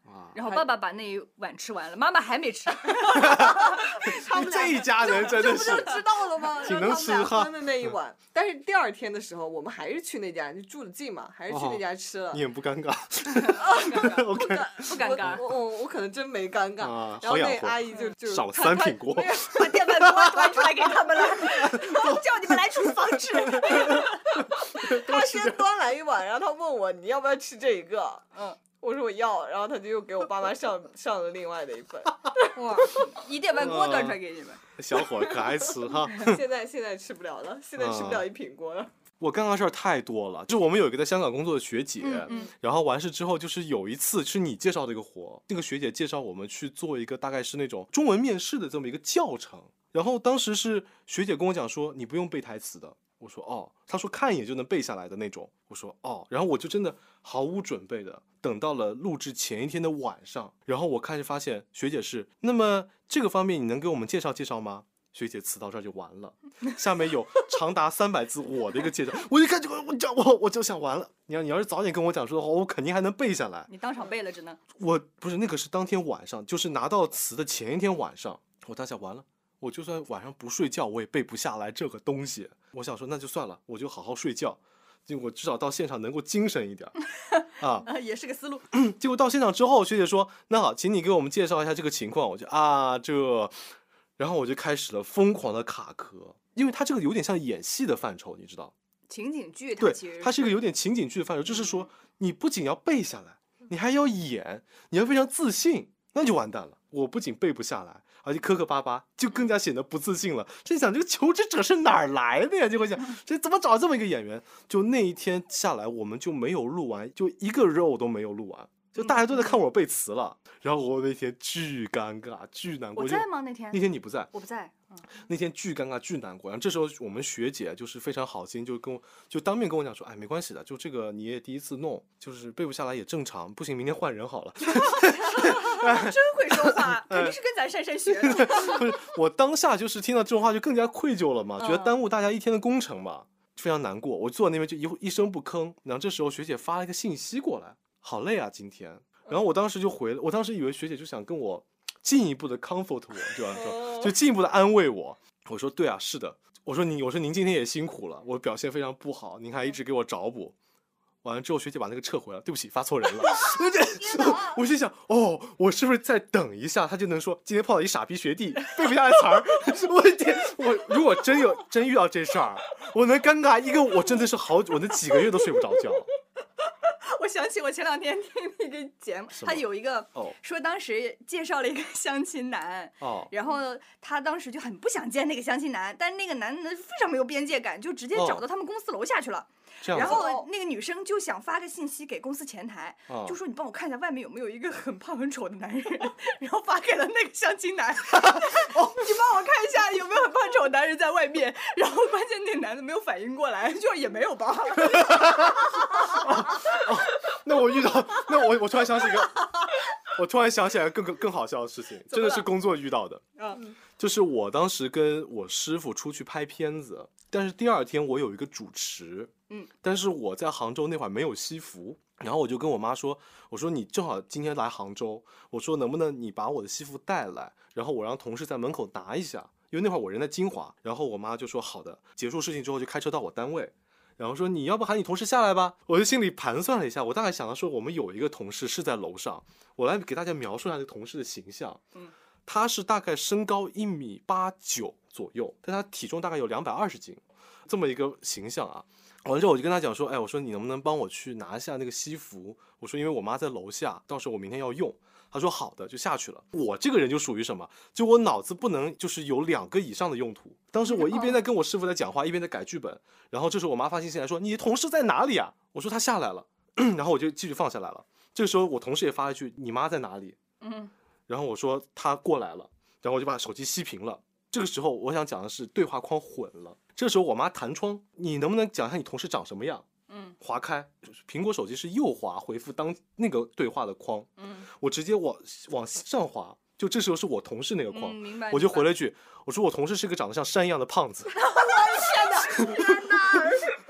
Speaker 2: 然后爸爸把那一碗吃完了，妈妈还没吃。
Speaker 3: 他们俩
Speaker 1: 这一家人真的是
Speaker 3: 这不就知道了吗？
Speaker 1: 挺能吃哈
Speaker 3: 让他们俩分的那一碗，但是第二天的时候，我们还是去那家，就住得近嘛，还是去那家吃了。
Speaker 1: 你也不尴尬
Speaker 2: 不
Speaker 1: ？OK，
Speaker 2: 不尴尬。
Speaker 3: 我我我可能真没尴尬。
Speaker 1: 啊
Speaker 3: 然后那
Speaker 1: 好养活
Speaker 3: 阿姨就就
Speaker 1: 少了
Speaker 3: 她
Speaker 1: 三品锅
Speaker 3: 她没有
Speaker 2: 把电饭锅端出来给他们了，叫你们来厨房吃。
Speaker 3: 她先端来一碗，然后她问我你要不要吃这一个？
Speaker 2: 嗯。
Speaker 3: 我说我要，然后他就又给我爸妈上上了另外的一份。
Speaker 2: 哇，一电饭锅端出来给你们。
Speaker 1: 小伙儿可爱吃哈。
Speaker 3: 现在现在吃不了了，现在吃不了一品锅了。
Speaker 1: 我尴尬事儿太多了，就是我们有一个在香港工作的学姐，
Speaker 2: 嗯嗯、
Speaker 1: 然后完事之后，就是有一次是你介绍这个活，那个学姐介绍我们去做一个大概是那种中文面试的这么一个教程，然后当时是学姐跟我讲说你不用背台词的，我说哦，她说看一眼就能背下来的那种，我说哦，然后我就真的毫无准备的等到了录制前一天的晚上，然后我开始发现学姐是，那么这个方面你能给我们介绍介绍吗？学姐词到这儿就完了，下面有长达三百字我的一个介绍，我一看就我讲我我就想完了。你要你要是早点跟我讲说的话，我肯定还能背下来。
Speaker 2: 你当场背了，真的？
Speaker 1: 我不是那个是当天晚上，就是拿到词的前一天晚上，我当下完了，我就算晚上不睡觉，我也背不下来这个东西。我想说那就算了，我就好好睡觉，结果至少到现场能够精神一点啊，
Speaker 2: 也是个思路。
Speaker 1: 结果到现场之后，学姐说那好，请你给我们介绍一下这个情况。我就啊这。然后我就开始了疯狂的卡壳，因为它这个有点像演戏的范畴，你知道？
Speaker 2: 情景剧，它
Speaker 1: 对
Speaker 2: 其实，
Speaker 1: 它是一个有点情景剧的范畴，就是说你不仅要背下来，你还要演，你要非常自信，那就完蛋了。我不仅背不下来，而且磕磕巴巴，就更加显得不自信了。这想这个求职者是哪儿来的呀？就会想这怎么找这么一个演员？就那一天下来，我们就没有录完，就一个肉都没有录完。就大家都在看我背词了，然后我那天巨尴尬巨难过。
Speaker 2: 我在吗？那天
Speaker 1: 那天你不在，
Speaker 2: 我不在。嗯、
Speaker 1: 那天巨尴尬巨难过。然后这时候我们学姐就是非常好心，就跟我就当面跟我讲说，哎，没关系的，就这个你也第一次弄，就是背不下来也正常，不行明天换人好了。
Speaker 2: 真会说话，肯定是跟咱珊珊学的。
Speaker 1: 不是，我当下就是听到这种话就更加愧疚了嘛，觉得耽误大家一天的工程嘛，非常难过。我坐在那边就一一声不吭。然后这时候学姐发了一个信息过来。好累啊，今天。然后我当时就回了，我当时以为学姐就想跟我进一步的 comfort 我，就说就进一步的安慰我。我说对啊，是的。我说您，我说您今天也辛苦了，我表现非常不好，您还一直给我找补。完了之后，学姐把那个撤回了，对不起，发错人了。我心想，哦，我是不是再等一下，他就能说今天碰到一傻逼学弟，背不下来词儿？我的天，我如果真有真遇到这事儿，我能尴尬一个，我真的是好，我那几个月都睡不着觉。
Speaker 2: 我想起我前两天听那个节目，他有一个、
Speaker 1: 哦、
Speaker 2: 说当时介绍了一个相亲男、
Speaker 1: 哦、
Speaker 2: 然后他当时就很不想见那个相亲男，但是那个男的非常没有边界感，就直接找到他们公司楼下去了。
Speaker 1: 哦、
Speaker 2: 然后那个女生就想发个信息给公司前台、
Speaker 1: 哦、
Speaker 2: 就说你帮我看一下外面有没有一个很胖很丑的男人，然后发给了那个相亲男。哦，你帮我看一下有没有很胖丑的男人在外面。然后关键那个男的没有反应过来，就也没有吧。
Speaker 1: 哦哦、那我遇到，那我我突然想起一个，我突然想起来更更更好笑的事情，真的是工作遇到的。
Speaker 2: 嗯，
Speaker 1: 就是我当时跟我师傅出去拍片子，但是第二天我有一个主持，
Speaker 2: 嗯，
Speaker 1: 但是我在杭州那会儿没有西服，然后我就跟我妈说，我说你正好今天来杭州，我说能不能你把我的西服带来，然后我让同事在门口拿一下，因为那会儿我人在金华，然后我妈就说好的，结束事情之后就开车到我单位。然后说你要不喊你同事下来吧，我就心里盘算了一下，我大概想到说我们有一个同事是在楼上，我来给大家描述一下这个同事的形象。
Speaker 2: 嗯，
Speaker 1: 他是大概身高一米八九左右，但他体重大概有两百二十斤，这么一个形象啊。完了之后我就跟他讲说，哎，我说你能不能帮我去拿一下那个西服？我说因为我妈在楼下，到时候我明天要用。他说好的，就下去了。我这个人就属于什么，就我脑子不能就是有两个以上的用途。当时我一边在跟我师傅在讲话，一边在改剧本，然后这时候我妈发信息来说你同事在哪里啊？我说他下来了，然后我就继续放下来了。这个时候我同事也发了一句你妈在哪里？
Speaker 2: 嗯，
Speaker 1: 然后我说他过来了，然后我就把手机熄屏了。这个时候我想讲的是对话框混了。这个时候我妈弹窗，你能不能讲一下你同事长什么样？
Speaker 2: 嗯，
Speaker 1: 划开，苹果手机是右滑回复当那个对话的框，
Speaker 2: 嗯，
Speaker 1: 我直接往往上滑，就这时候是我同事那个框，
Speaker 2: 嗯、明白，
Speaker 1: 我就回了一句，我说我同事是个长得像山一样的胖子。
Speaker 2: 我的天哪，天哪！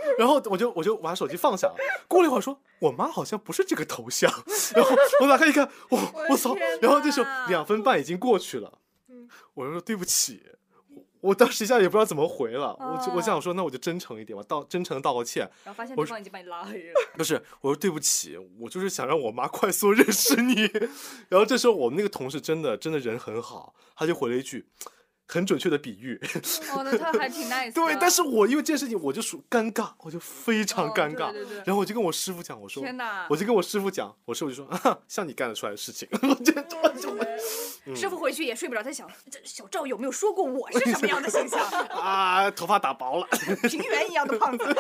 Speaker 1: 然后我就我就把手机放下，过了一会儿说，我妈好像不是这个头像，然后我打开一看，哇，我操！然后这时候两分半已经过去了，我就说对不起。我当时一下也不知道怎么回了，我就我想说，那我就真诚一点吧，道真诚道个歉。
Speaker 2: 然后发现对方已经把你拉黑了。
Speaker 1: 不是，我说对不起，我就是想让我妈快速认识你。然后这时候我们那个同事真的真的人很好，他就回了一句很准确的比喻。
Speaker 2: 哦，那他还挺 nice 的。
Speaker 1: 对，但是我因为这件事情我就属尴尬，我就非常尴尬。
Speaker 2: 哦、对对对
Speaker 1: 然后我就跟我师傅讲，我说，
Speaker 2: 天哪！
Speaker 1: 我就跟我师傅讲，我师傅就说，啊，像你干得出来的事情，我就我就。
Speaker 2: 嗯、师傅回去也睡不着，他想这小赵有没有说过我是什么样的形象
Speaker 1: 啊？头发打薄了，
Speaker 2: 平原一样的胖子。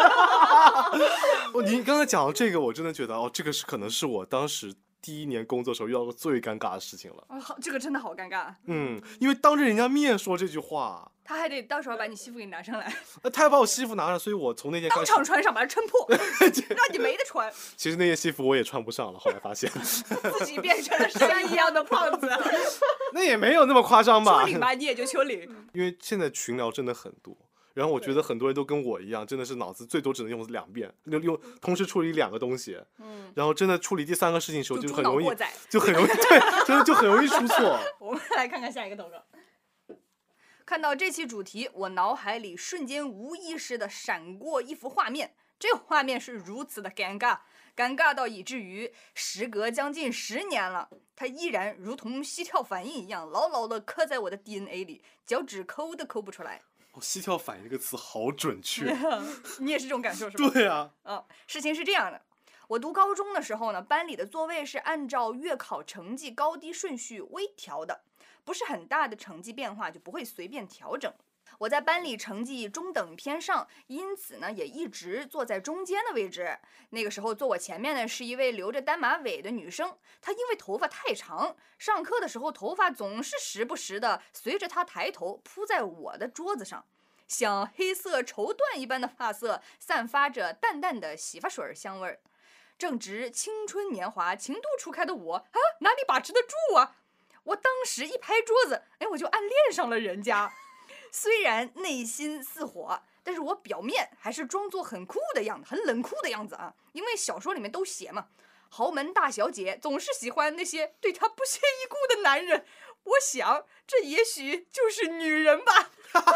Speaker 1: 你刚才讲到这个，我真的觉得哦，这个是可能是我当时第一年工作时候遇到过最尴尬的事情了。
Speaker 2: 哦，好，这个真的好尴尬。
Speaker 1: 嗯，因为当着人家面说这句话，
Speaker 2: 他还得到时候把你西服给你拿上来。
Speaker 1: 他要把我西服拿上，所以我从那天开始
Speaker 2: 当场穿上，把它撑破，让你没得穿。
Speaker 1: 其实那件西服我也穿不上了，后来发现
Speaker 2: 自己变成了山一样的胖子。
Speaker 1: 那也没有那么夸张吧？
Speaker 2: 丘陵吧，你也就丘陵。
Speaker 1: 因为现在群聊真的很多。然后我觉得很多人都跟我一样，真的是脑子最多只能用两遍，用用同时处理两个东西，嗯，然后真的处理第三个事情的时候就很容易，就很容易对，真的就很容易出错。
Speaker 2: 我们来看看下一个投稿。看到这期主题，我脑海里瞬间无意识的闪过一幅画面，这个画面是如此的尴尬，尴尬到以至于时隔将近十年了，它依然如同膝跳反应一样，牢牢的刻在我的 D N A 里，脚趾抠都抠不出来。
Speaker 1: 哦，膝跳反应这个词好准确。
Speaker 2: 你也是这种感受是吧？
Speaker 1: 对啊。
Speaker 2: 嗯，事情是这样的，我读高中的时候呢，班里的座位是按照月考成绩高低顺序微调的，不是很大的成绩变化就不会随便调整。我在班里成绩中等偏上，因此呢也一直坐在中间的位置。那个时候坐我前面的是一位留着单马尾的女生，她因为头发太长，上课的时候头发总是时不时的随着她抬头铺在我的桌子上，像黑色绸缎一般的发色散发着淡淡的洗发水香味儿。正值青春年华情窦初开的我啊，哪里把持得住啊？我当时一拍桌子，哎，我就暗恋上了人家。虽然内心似火，但是我表面还是装作很酷的样子，很冷酷的样子啊。因为小说里面都写嘛，豪门大小姐总是喜欢那些对她不屑一顾的男人。我想，这也许就是女人吧。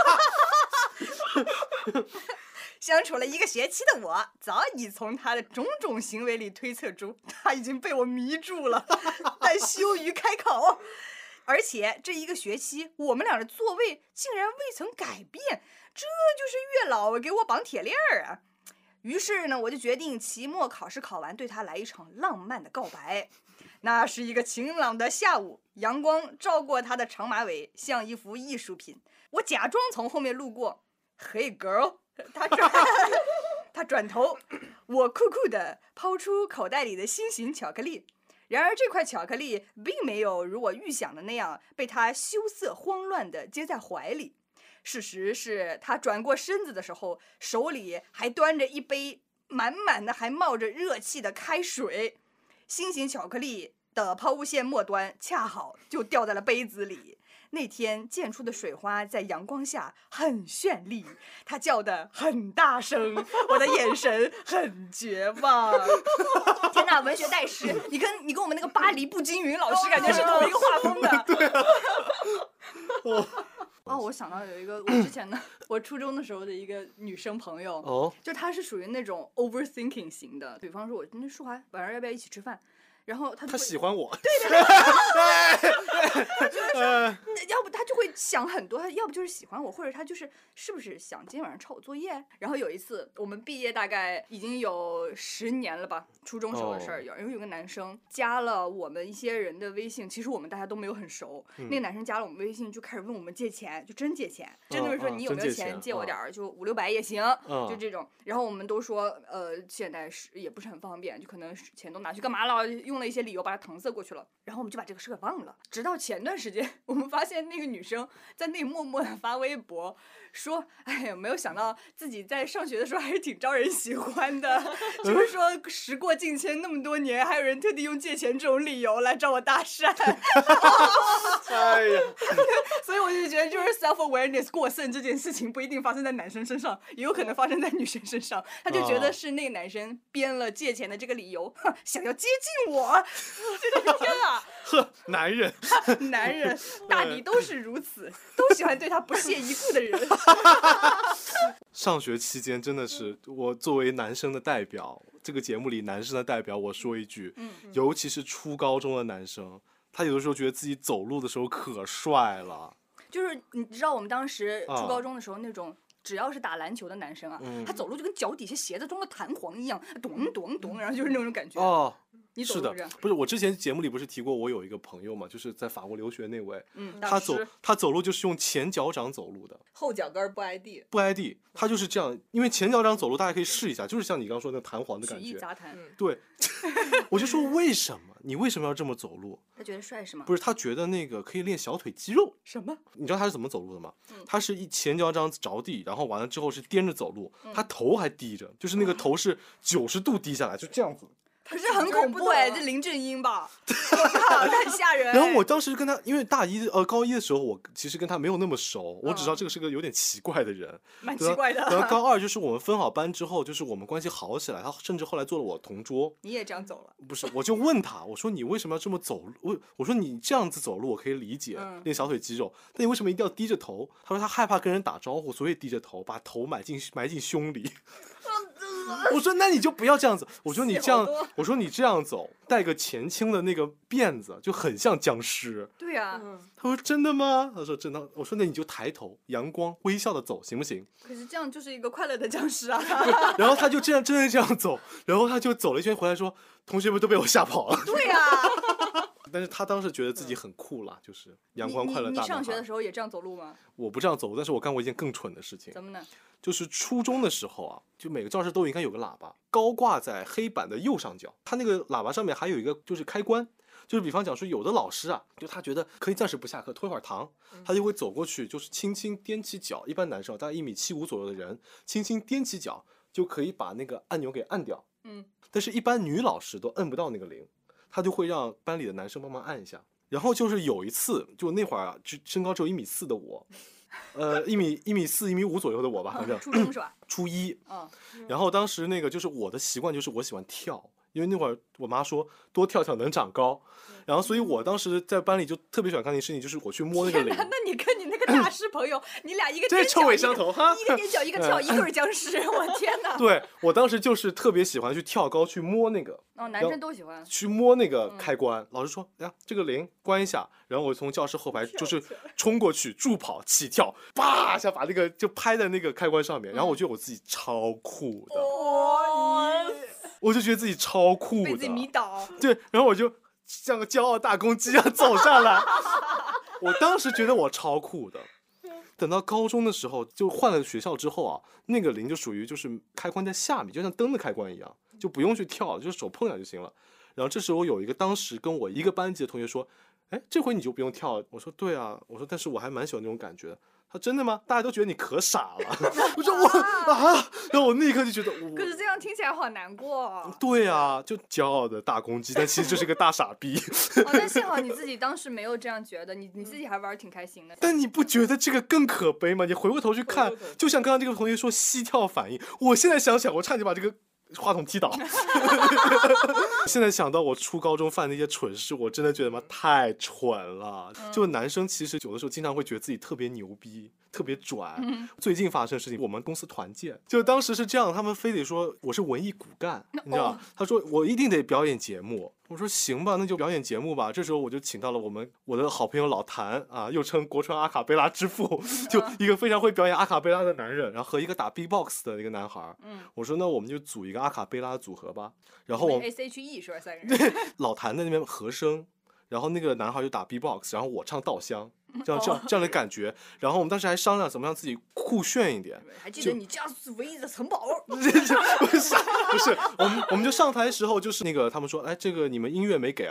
Speaker 2: 相处了一个学期的我，早已从他的种种行为里推测出，他已经被我迷住了，但羞于开口。而且这一个学期，我们俩的座位竟然未曾改变，这就是月老给我绑铁链儿啊！于是呢，我就决定期末考试考完，对他来一场浪漫的告白。那是一个晴朗的下午，阳光照过他的长马尾，像一幅艺术品。我假装从后面路过 ，Hey girl， 他转他转头，我酷酷的抛出口袋里的心形巧克力。然而这块巧克力并没有如我预想的那样被他羞涩慌乱地接在怀里。事实是他转过身子的时候，手里还端着一杯满满的还冒着热气的开水，心形巧克力的抛物线末端恰好就掉在了杯子里。那天溅出的水花在阳光下很绚丽，他叫得很大声，我的眼神很绝望。天哪，文学大师，你跟你跟我们那个巴黎步惊云老师感觉是同一个画风的。对啊。哦，我想到有一个我之前的我初中的时候的一个女生朋友，哦，就她是属于那种 overthinking 型的，比方说我今天舒华晚上要不要一起吃饭？然后他
Speaker 1: 他喜欢我，
Speaker 2: 对对对，他觉得说，要不他就会想很多，他要不就是喜欢我，或者他就是是不是想今天晚上抄我作业。然后有一次我们毕业大概已经有十年了吧，初中时候的事儿，有因为有个男生加了我们一些人的微信，其实我们大家都没有很熟，嗯、那个男生加了我们微信就开始问我们借钱，就真借钱，真的是说你有没有钱借我点儿，就五六百也行，就这种。然后我们都说呃现在是也不是很方便，就可能钱都拿去干嘛了。用了一些理由把他搪塞过去了，然后我们就把这个事给忘了。直到前段时间，我们发现那个女生在那默默的发微博说，哎呀，没有想到自己在上学的时候还是挺招人喜欢的，就是说时过境迁那么多年，还有人特地用借钱这种理由来找我搭讪。
Speaker 1: 哎呀，
Speaker 2: 所以我就觉得，就是 self awareness 过剩这件事情不一定发生在男生身上，也有可能发生在女生身上。他就觉得是那个男生编了借钱的这个理由，哼，想要接近我。这个天啊！
Speaker 1: 呵，男人，
Speaker 2: 男人大抵都是如此，都喜欢对他不屑一顾的人。
Speaker 1: 上学期间真的是我作为男生的代表，这个节目里男生的代表，我说一句，
Speaker 2: 嗯、
Speaker 1: 尤其是初高中的男生，他有的时候觉得自己走路的时候可帅了。
Speaker 2: 就是你知道我们当时初高中的时候那种。啊只要是打篮球的男生啊，嗯、他走路就跟脚底下鞋子中的弹簧一样，咚咚咚，然后就是那种感觉。
Speaker 1: 哦，
Speaker 2: 你走
Speaker 1: 是的，不是我之前节目里不是提过，我有一个朋友嘛，就是在法国留学那位，
Speaker 2: 嗯，
Speaker 1: 他走他走路就是用前脚掌走路的，
Speaker 3: 后脚跟不挨地，
Speaker 1: 不挨地，他就是这样，因为前脚掌走路大家可以试一下，就是像你刚刚说的弹簧的感觉，
Speaker 2: 曲意杂谈。
Speaker 1: 对，我就说为什么你为什么要这么走路？
Speaker 2: 他觉得帅是吗？
Speaker 1: 不是，他觉得那个可以练小腿肌肉。
Speaker 2: 什么？
Speaker 1: 你知道他是怎么走路的吗？
Speaker 2: 嗯、
Speaker 1: 他是一前脚掌着地，然后完了之后是颠着走路，嗯、他头还低着，就是那个头是九十度低下来，就这样子。
Speaker 2: 可是很恐怖哎，这林正英吧，我靠，很吓人。
Speaker 1: 然后我当时跟他，因为大一呃高一的时候，我其实跟他没有那么熟，我只知道这个是个有点奇怪的人，
Speaker 2: 蛮奇怪的。
Speaker 1: 然后高二就是我们分好班之后，就是我们关系好起来，他甚至后来做了我同桌。
Speaker 2: 你也这样走了？
Speaker 1: 不是，我就问他，我说你为什么要这么走路？我我说你这样子走路我可以理解，
Speaker 2: 嗯、
Speaker 1: 练小腿肌肉，但你为什么一定要低着头？他说他害怕跟人打招呼，所以低着头，把头埋进埋进胸里。我说那你就不要这样子，我说你这样，我说你这样走，带个前倾的那个辫子就很像僵尸。
Speaker 2: 对呀、
Speaker 3: 啊，
Speaker 1: 他说真的吗？他说真的。我说那你就抬头，阳光微笑的走，行不行？
Speaker 2: 可是这样就是一个快乐的僵尸啊。
Speaker 1: 然后他就这样真的这样走，然后他就走了一圈回来说，同学们都被我吓跑了。
Speaker 2: 对呀、啊。
Speaker 1: 但是他当时觉得自己很酷啦，就是阳光快乐大男孩。
Speaker 2: 你上学的时候也这样走路吗？
Speaker 1: 我不这样走，但是我干过一件更蠢的事情。
Speaker 2: 怎么呢？
Speaker 1: 就是初中的时候啊，就每个教室都应该有个喇叭，高挂在黑板的右上角。它那个喇叭上面还有一个就是开关，就是比方讲说有的老师啊，就他觉得可以暂时不下课，拖一会儿堂，他就会走过去，就是轻轻踮起脚，一般男生大概一米七五左右的人，轻轻踮起脚就可以把那个按钮给按掉。
Speaker 2: 嗯，
Speaker 1: 但是一般女老师都摁不到那个铃。他就会让班里的男生帮忙按一下，然后就是有一次，就那会儿啊，就身高只有一米四的我，呃，一米一米四、一米五左右的我吧，反正、
Speaker 2: 嗯、初中是吧？
Speaker 1: 初一，
Speaker 2: 嗯，
Speaker 1: 然后当时那个就是我的习惯就是我喜欢跳，因为那会儿我妈说多跳跳能长高，然后所以我当时在班里就特别喜欢干一件事情，就是我去摸那个铃。
Speaker 2: 那你跟你那个大师朋友，你俩一个
Speaker 1: 这臭味相投哈，
Speaker 2: 一个踮脚一个跳，一个是僵尸，我天哪！
Speaker 1: 对，我当时就是特别喜欢去跳高去摸那个。
Speaker 2: 哦，男生都喜欢
Speaker 1: 去摸那个开关。嗯、老师说：“哎呀，这个铃关一下。”然后我从教室后排就是冲过去，助跑起跳，叭一下把那个就拍在那个开关上面。嗯、然后我觉得我自己超酷的，
Speaker 2: 哦、
Speaker 1: 我就觉得自己超酷的，
Speaker 2: 被自己迷倒。
Speaker 1: 对，然后我就像个骄傲大公鸡一样走下来。我当时觉得我超酷的。等到高中的时候，就换了学校之后啊，那个铃就属于就是开关在下面，就像灯的开关一样，就不用去跳，就是手碰一下就行了。然后这时候有一个当时跟我一个班级的同学说：“哎，这回你就不用跳了。”我说：“对啊。”我说：“但是我还蛮喜欢那种感觉的。”他真的吗？大家都觉得你可傻了。我说我啊，然后我那一刻就觉得，
Speaker 2: 可是这样听起来好难过、哦。
Speaker 1: 对啊，就骄傲的大公鸡，但其实就是个大傻逼。
Speaker 2: 哦，但幸好你自己当时没有这样觉得，你你自己还玩挺开心的。
Speaker 1: 但你不觉得这个更可悲吗？你回过头去看，就像刚刚这个同学说膝跳反应，我现在想想，我差点把这个话筒踢倒。现在想到我初高中犯那些蠢事，我真的觉得妈太蠢了。嗯、就男生其实有的时候经常会觉得自己特别牛逼，特别拽。嗯、最近发生的事情，我们公司团建，就当时是这样，他们非得说我是文艺骨干，你知道、哦、他说我一定得表演节目。我说行吧，那就表演节目吧。这时候我就请到了我们我的好朋友老谭啊，又称国传阿卡贝拉之父，就一个非常会表演阿卡贝拉的男人，然后和一个打 B-box 的一个男孩。嗯，我说那我们就组一个阿卡贝拉组合吧。然后我
Speaker 2: S H E 是吧？三个人。
Speaker 1: 对，老谭在那边和声，然后那个男孩就打 B-box， 然后我唱稻香。这样这样这样的感觉，然后我们当时还商量怎么样自己酷炫一点。
Speaker 2: 还记得你家是唯一的城堡？
Speaker 1: 不是不是，我们我们就上台的时候就是那个他们说，哎，这个你们音乐没给啊，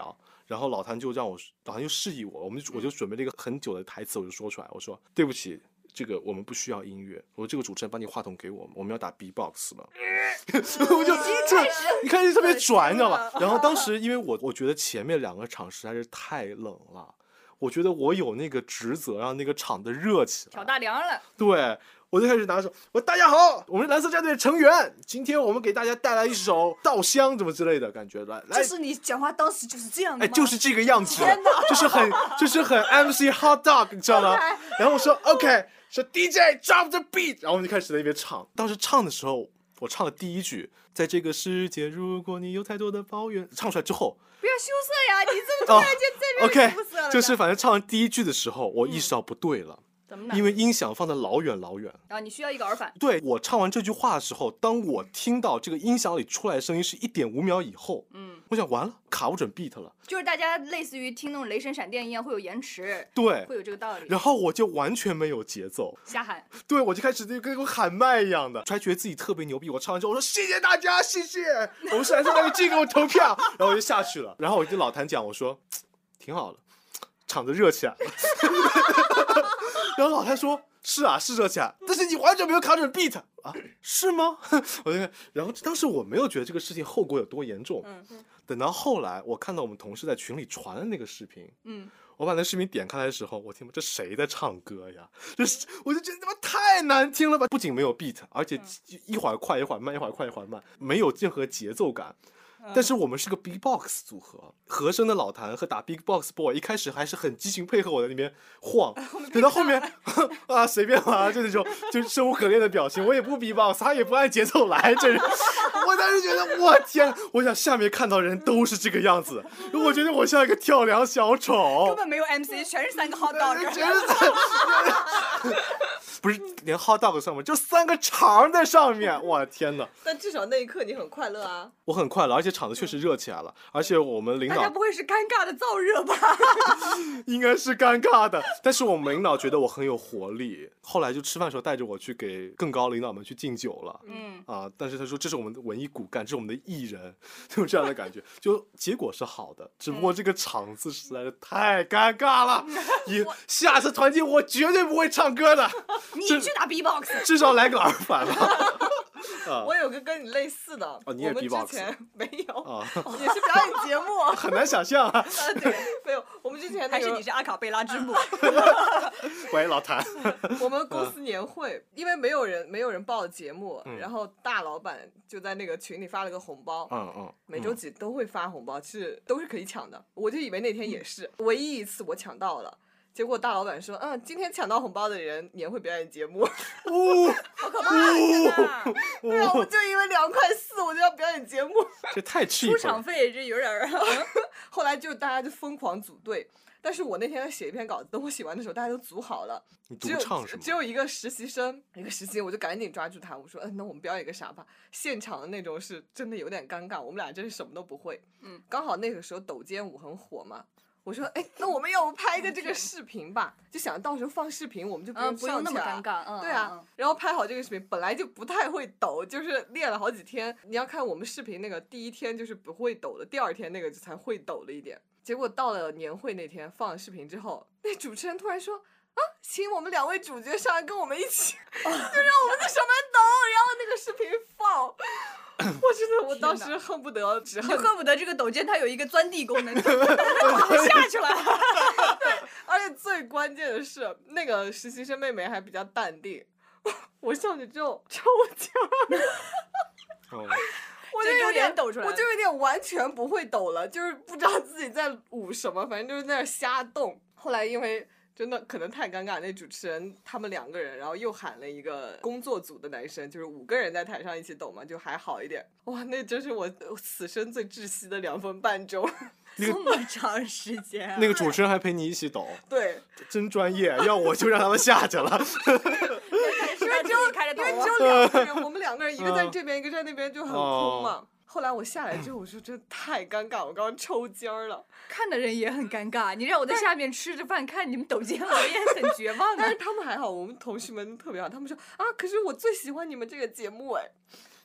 Speaker 1: 然后老谭就让我，老谭就示意我，我们就我就准备了一个很久的台词，我就说出来，我说对不起。这个我们不需要音乐，我说这个主持人把你话筒给我们，我们要打 B-box 了。我就这你看就特别拽，你知道吧？然后当时因为我我觉得前面两个场实在是太冷了，我觉得我有那个职责让那个场子热起来，
Speaker 2: 挑大梁了。
Speaker 1: 对，我就开始拿手，我说大家好，我们是蓝色战队的成员，今天我们给大家带来一首《稻香》怎么之类的感觉，来来。
Speaker 2: 就是你讲话当时就是这样的吗？
Speaker 1: 哎，就是这个样子，就是很就是很 M C hot dog， 你知道吗？然后我说 OK。说 D J drop the beat， 然后我们就开始在那边唱。当时唱的时候，我唱的第一句，在这个世界，如果你有太多的抱怨，唱出来之后，
Speaker 2: 不要羞涩呀！你怎么突然间在这
Speaker 1: 儿羞涩了？ OK， 就是反正唱完第一句的时候，我意识到不对了。
Speaker 2: 怎么呢？
Speaker 1: 因为音响放得老远老远
Speaker 2: 啊，你需要一个耳返。
Speaker 1: 对，我唱完这句话的时候，当我听到这个音响里出来的声音是一点五秒以后，嗯，我想完了，卡不准 beat 了。
Speaker 2: 就是大家类似于听那种雷神闪电一样，会有延迟，
Speaker 1: 对，
Speaker 2: 会有这个道理。
Speaker 1: 然后我就完全没有节奏，
Speaker 2: 瞎喊。
Speaker 1: 对，我就开始就跟我喊麦一样的，还觉得自己特别牛逼。我唱完之后，我说谢谢大家，谢谢，我们是蓝色战队，记给我投票，然后我就下去了。然后我就跟老谭讲，我说挺好的，场子热起来了。然后老谭说。是啊，是热起来，但是你完全没有卡准 beat 啊，是吗？我就看，然后当时我没有觉得这个事情后果有多严重。嗯嗯。等到后来，我看到我们同事在群里传的那个视频，嗯，我把那视频点开来的时候，我天哪，这谁在唱歌呀？这是，我就觉得他妈太难听了吧！不仅没有 beat， 而且一会儿快一会儿慢，一会儿快一会儿慢，没有任何节奏感。但是我们是个 B-box 组合，和声的老谭和打 B-box boy 一开始还是很激情配合我在那边晃，等到后面啊随便玩，就那种就是生无可恋的表情，我也不 B-box， 他也不按节奏来，这是我当时觉得我天，我想下面看到人都是这个样子，我觉得我像一个跳梁小丑，
Speaker 2: 根本没有 M C， 全是三个 hot dog，
Speaker 1: 全是三不是连 hot dog 上面就三个肠在上面，我的天哪！
Speaker 3: 但至少那一刻你很快乐啊，
Speaker 1: 我很快乐，而且场子确实热起来了，而且我们领导
Speaker 2: 大家不会是尴尬的燥热吧？
Speaker 1: 应该是尴尬的，但是我们领导觉得我很有活力，后来就吃饭的时候带着我去给更高领导们去敬酒了，嗯啊，但是他说这是我们的文艺骨干，这是我们的艺人，就这样的感觉，就结果是好的，只不过这个场子实在是太尴尬了，以下次团建我绝对不会唱歌的，
Speaker 2: 你去打 B-box，
Speaker 1: 至少来个耳返吧。
Speaker 3: 啊、我有个跟你类似的，
Speaker 1: 哦、你也 B-box？
Speaker 3: 我们之前没有，
Speaker 1: 啊、
Speaker 3: 也是表演节目，
Speaker 1: 很难想象啊。
Speaker 3: 啊对，没有，我们之前、那个、
Speaker 2: 还是你是阿卡贝拉之母。
Speaker 1: 喂，老谭。
Speaker 3: 我们公司年会，嗯、因为没有人没有人报节目、嗯，然后大老板就在那个群里发了个红包，嗯嗯，每周几都会发红包，是都是可以抢的。我就以为那天也是，嗯、唯一一次我抢到了。结果大老板说：“嗯，今天抢到红包的人年会表演节目。”
Speaker 1: 哦，
Speaker 2: 好可怕！真的。
Speaker 3: 对啊，我就因为两块四我就要表演节目，
Speaker 1: 这太气了。
Speaker 2: 出场费这有点儿。
Speaker 3: 后来就大家就疯狂组队，但是我那天写一篇稿子，等我写完的时候，大家都组好了。
Speaker 1: 你独唱是吗？
Speaker 3: 只有一个实习生，一个实习生，我就赶紧抓住他，我说：“嗯，那我们表演个啥吧？”现场的那种是真的有点尴尬，我们俩真是什么都不会。嗯，刚好那个时候抖肩舞很火嘛。我说，哎，那我们要不拍一个这个视频吧？就想到时候放视频，我们就不用上去了、
Speaker 2: 嗯、不用那么尴尬。嗯，
Speaker 3: 对啊、嗯。然后拍好这个视频，本来就不太会抖，就是练了好几天。你要看我们视频那个第一天就是不会抖的，第二天那个才会抖了一点。结果到了年会那天放了视频之后，那主持人突然说：“啊，请我们两位主角上来跟我们一起，就让我们在上面抖。”然后那个视频放。我真的，我当时恨不得，只恨
Speaker 2: 恨不得这个抖肩它有一个钻地功能，我下去了。
Speaker 3: 对，而且最关键的是，那个实习生妹妹还比较淡定，我上去之后抽筋儿，我就有点
Speaker 2: 抖出来，
Speaker 3: 我就有点完全不会抖了，就是不知道自己在舞什么，反正就是在那瞎动。后来因为真的可能太尴尬，那主持人他们两个人，然后又喊了一个工作组的男生，就是五个人在台上一起抖嘛，就还好一点。哇，那真是我此生最窒息的两分半钟。
Speaker 2: 这么长时间、啊，
Speaker 1: 那个主持人还陪你一起抖，
Speaker 3: 对，
Speaker 1: 真专业。要我就让他们下去了。
Speaker 3: 因为只有因为只有两个人，我们两个人一个在这边，一个在那边，就很空嘛。哦，后来我下来之后，我说真的太尴尬，我刚刚抽筋儿了，
Speaker 2: 看的人也很尴尬。你让我在下面吃着饭看你们抖肩，我也很绝望。
Speaker 3: 但是他们还好，我们同事们特别好，他们说啊，可是我最喜欢你们这个节目哎。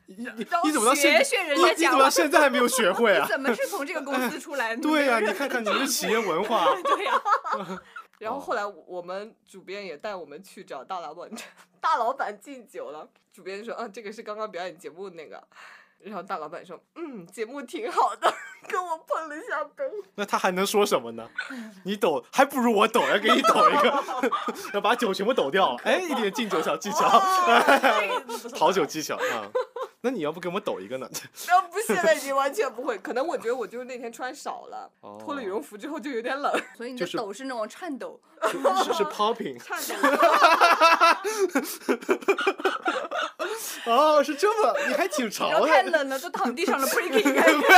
Speaker 1: 你你
Speaker 2: 然后
Speaker 1: 你怎么到现
Speaker 2: 学学人家
Speaker 1: 你你怎么到
Speaker 2: 讲话，
Speaker 1: 现在还没有学会啊？
Speaker 2: 怎么是从这个公司出来的？
Speaker 1: 对呀、你看看你们的企业文化。
Speaker 2: 对呀、
Speaker 3: 然后后来我们主编也带我们去找大老板，大老板敬酒了。主编说啊，这个是刚刚表演节目那个。然后大老板说，嗯，节目挺好的，跟我碰了一下杯。
Speaker 1: 那他还能说什么呢？你抖还不如我抖，要给你抖一个，要把酒全部抖掉了。哎，一点敬酒小技巧，讨酒技巧啊。那你要不给我们抖一个呢？
Speaker 3: 然后不，现在已经完全不会。可能我觉得我就是那天穿少了，
Speaker 1: 哦
Speaker 3: 脱了羽绒服之后就有点冷，
Speaker 2: 所以你的
Speaker 1: 就是
Speaker 2: 抖是那种颤抖。
Speaker 1: 是是 popping。
Speaker 3: 颤抖。
Speaker 1: 哦，是这么，你还挺潮
Speaker 2: 然后太
Speaker 1: 的。
Speaker 2: 冷了，就躺地上了 breaking 开始。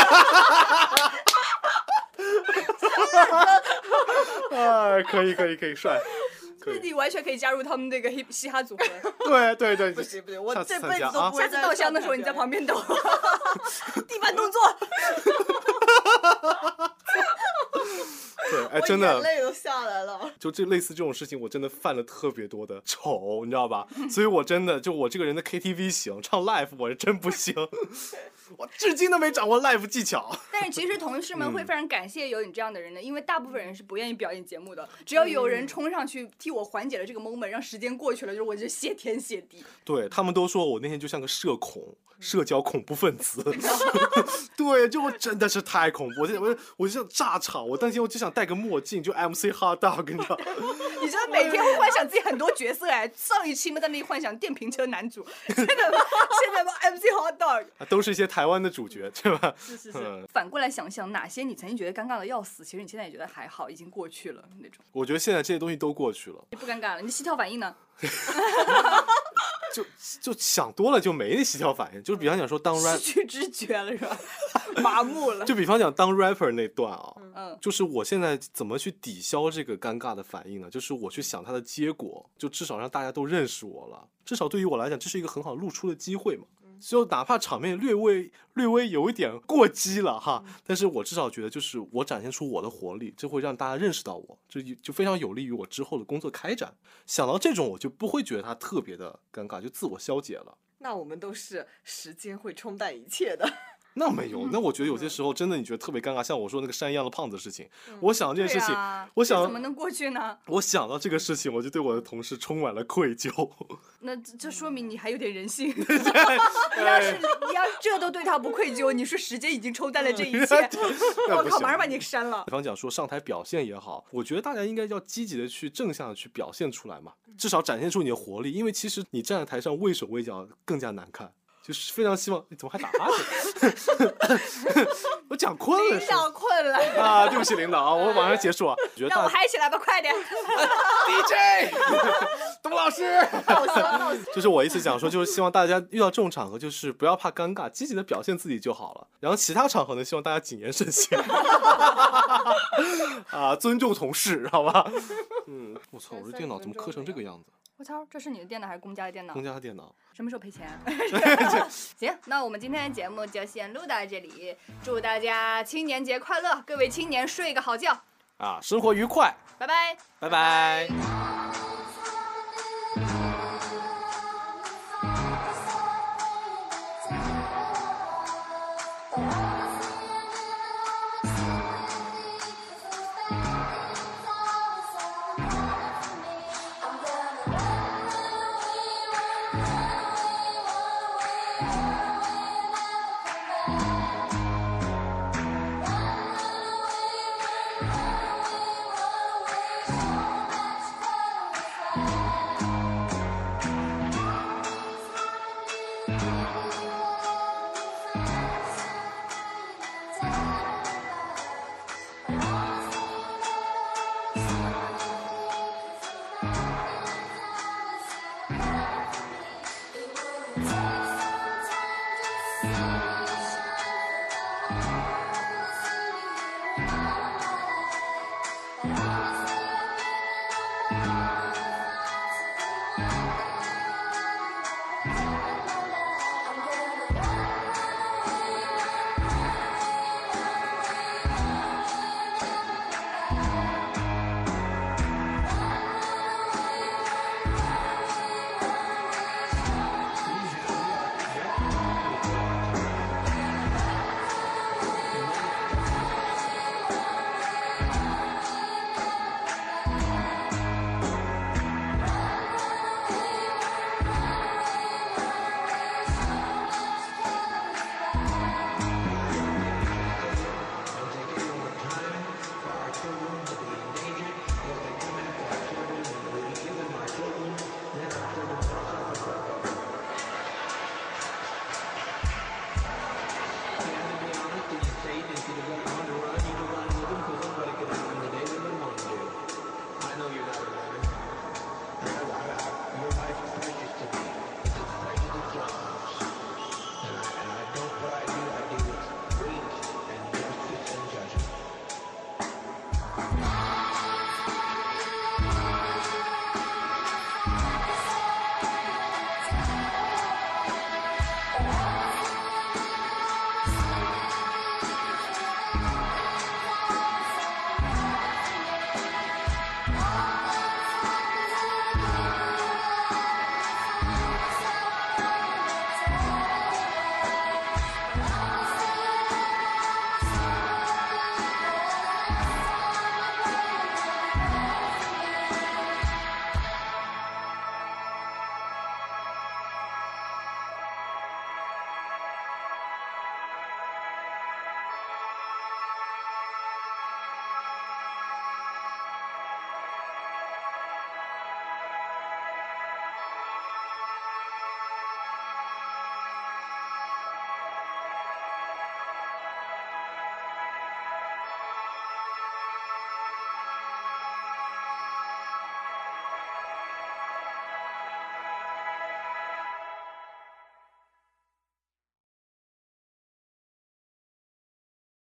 Speaker 1: 哎，可以可以可以，帅，可以。
Speaker 2: 你完全可以加入他们那个嘻嘻哈组合。
Speaker 1: 对对对，
Speaker 3: 不行不行，我
Speaker 1: 下次
Speaker 3: 这辈
Speaker 1: 参加啊
Speaker 3: 子都不会
Speaker 2: 下次稻香的时候你在旁边抖，地板动作。
Speaker 1: 对，哎，
Speaker 3: 我
Speaker 1: 真的
Speaker 3: 眼，泪都下来了。
Speaker 1: 就这类似这种事情，我真的犯了特别多的丑，你知道吧？所以我真的就我这个人的 K T V 行，唱 live 我是真不行，我至今都没掌握 live 技巧。
Speaker 2: 但是其实同事
Speaker 1: 嗯
Speaker 2: 们会非常感谢有你这样的人的，因为大部分人是不愿意表演节目的。只要有人冲上去替我缓解了这个 moment，让时间过去了，就是我就谢天谢地。
Speaker 1: 对他们都说我那天就像个社恐，社交恐怖分子。对，就我真的是太恐怖，我就我就我就想炸场，我当天我就想戴个墨镜，就 M C hot dog，你知道。
Speaker 2: 你真的每天会幻想自己很多角色哎，上一期嘛在那里幻想电瓶车男主，现在嘛现在嘛 M C hot dog，
Speaker 1: 啊都是一些台湾的主角，对吧？
Speaker 2: 是是是。
Speaker 1: 嗯
Speaker 2: 反过来想想，哪些你曾经觉得尴尬的要死，其实你现在也觉得还好，已经过去了那种。
Speaker 1: 我觉得现在这些东西都过去了，
Speaker 2: 你不尴尬了，你膝跳反应呢？
Speaker 1: 就就想多了就没那膝跳反应。就是比方讲说当 rap，
Speaker 2: 失去知觉了是吧？麻木了。
Speaker 1: 就比方讲当 rapper 那段啊，
Speaker 2: 嗯，
Speaker 1: 就是我现在怎么去抵消这个尴尬的反应呢？就是我去想它的结果，就至少让大家都认识我了。至少对于我来讲，这是一个很好露出的机会嘛。就哪怕场面略微略微有一点过激了哈，但是我至少觉得就是我展现出我的活力，这会让大家认识到我，这就非常有利于我之后的工作开展。想到这种，我就不会觉得它特别的尴尬，就自我消解了。
Speaker 3: 那我们都是时间会冲淡一切的。
Speaker 1: 那没有，那我觉得有些时候真的你觉得特别尴尬，像我说那个山一样的胖子的事情，我想这件事情，
Speaker 2: 啊、
Speaker 1: 我想
Speaker 2: 怎么能过去呢？
Speaker 1: 我想到这个事情，我就对我的同事充满了愧疚。
Speaker 2: 那这这说明你还有点人性。你要是你要是这都对他不愧疚，你说时间已经冲淡了这一切，我靠，马上把你删了。
Speaker 1: 比方讲说上台表现也好，我觉得大家应该要积极的去正向的去表现出来嘛，至少展现出你的活力，因为其实你站在台上畏手畏脚更加难看。就是非常希望，你怎么还打哈欠？我讲困了，
Speaker 2: 领导困了
Speaker 1: 啊！对不起，领导啊，我马上结束啊。
Speaker 2: 让我嗨起来吧，快点
Speaker 1: ！D J， 董老师，就是我意思讲说，就是希望大家遇到这种场合，就是不要怕尴尬，积极的表现自己就好了。然后其他场合呢，希望大家谨言慎行，啊，尊重同事，好吧？嗯，我操，我这电脑怎么磕成这个样子？
Speaker 2: 我操，这是你的电脑还是公家的电脑？
Speaker 1: 公家的电脑。
Speaker 2: 什么时候赔钱？行，那我们今天的节目就先录到这里。祝大家青年节快乐，各位青年睡个好觉
Speaker 1: 啊，生活愉快，
Speaker 2: 拜拜，
Speaker 1: 拜拜。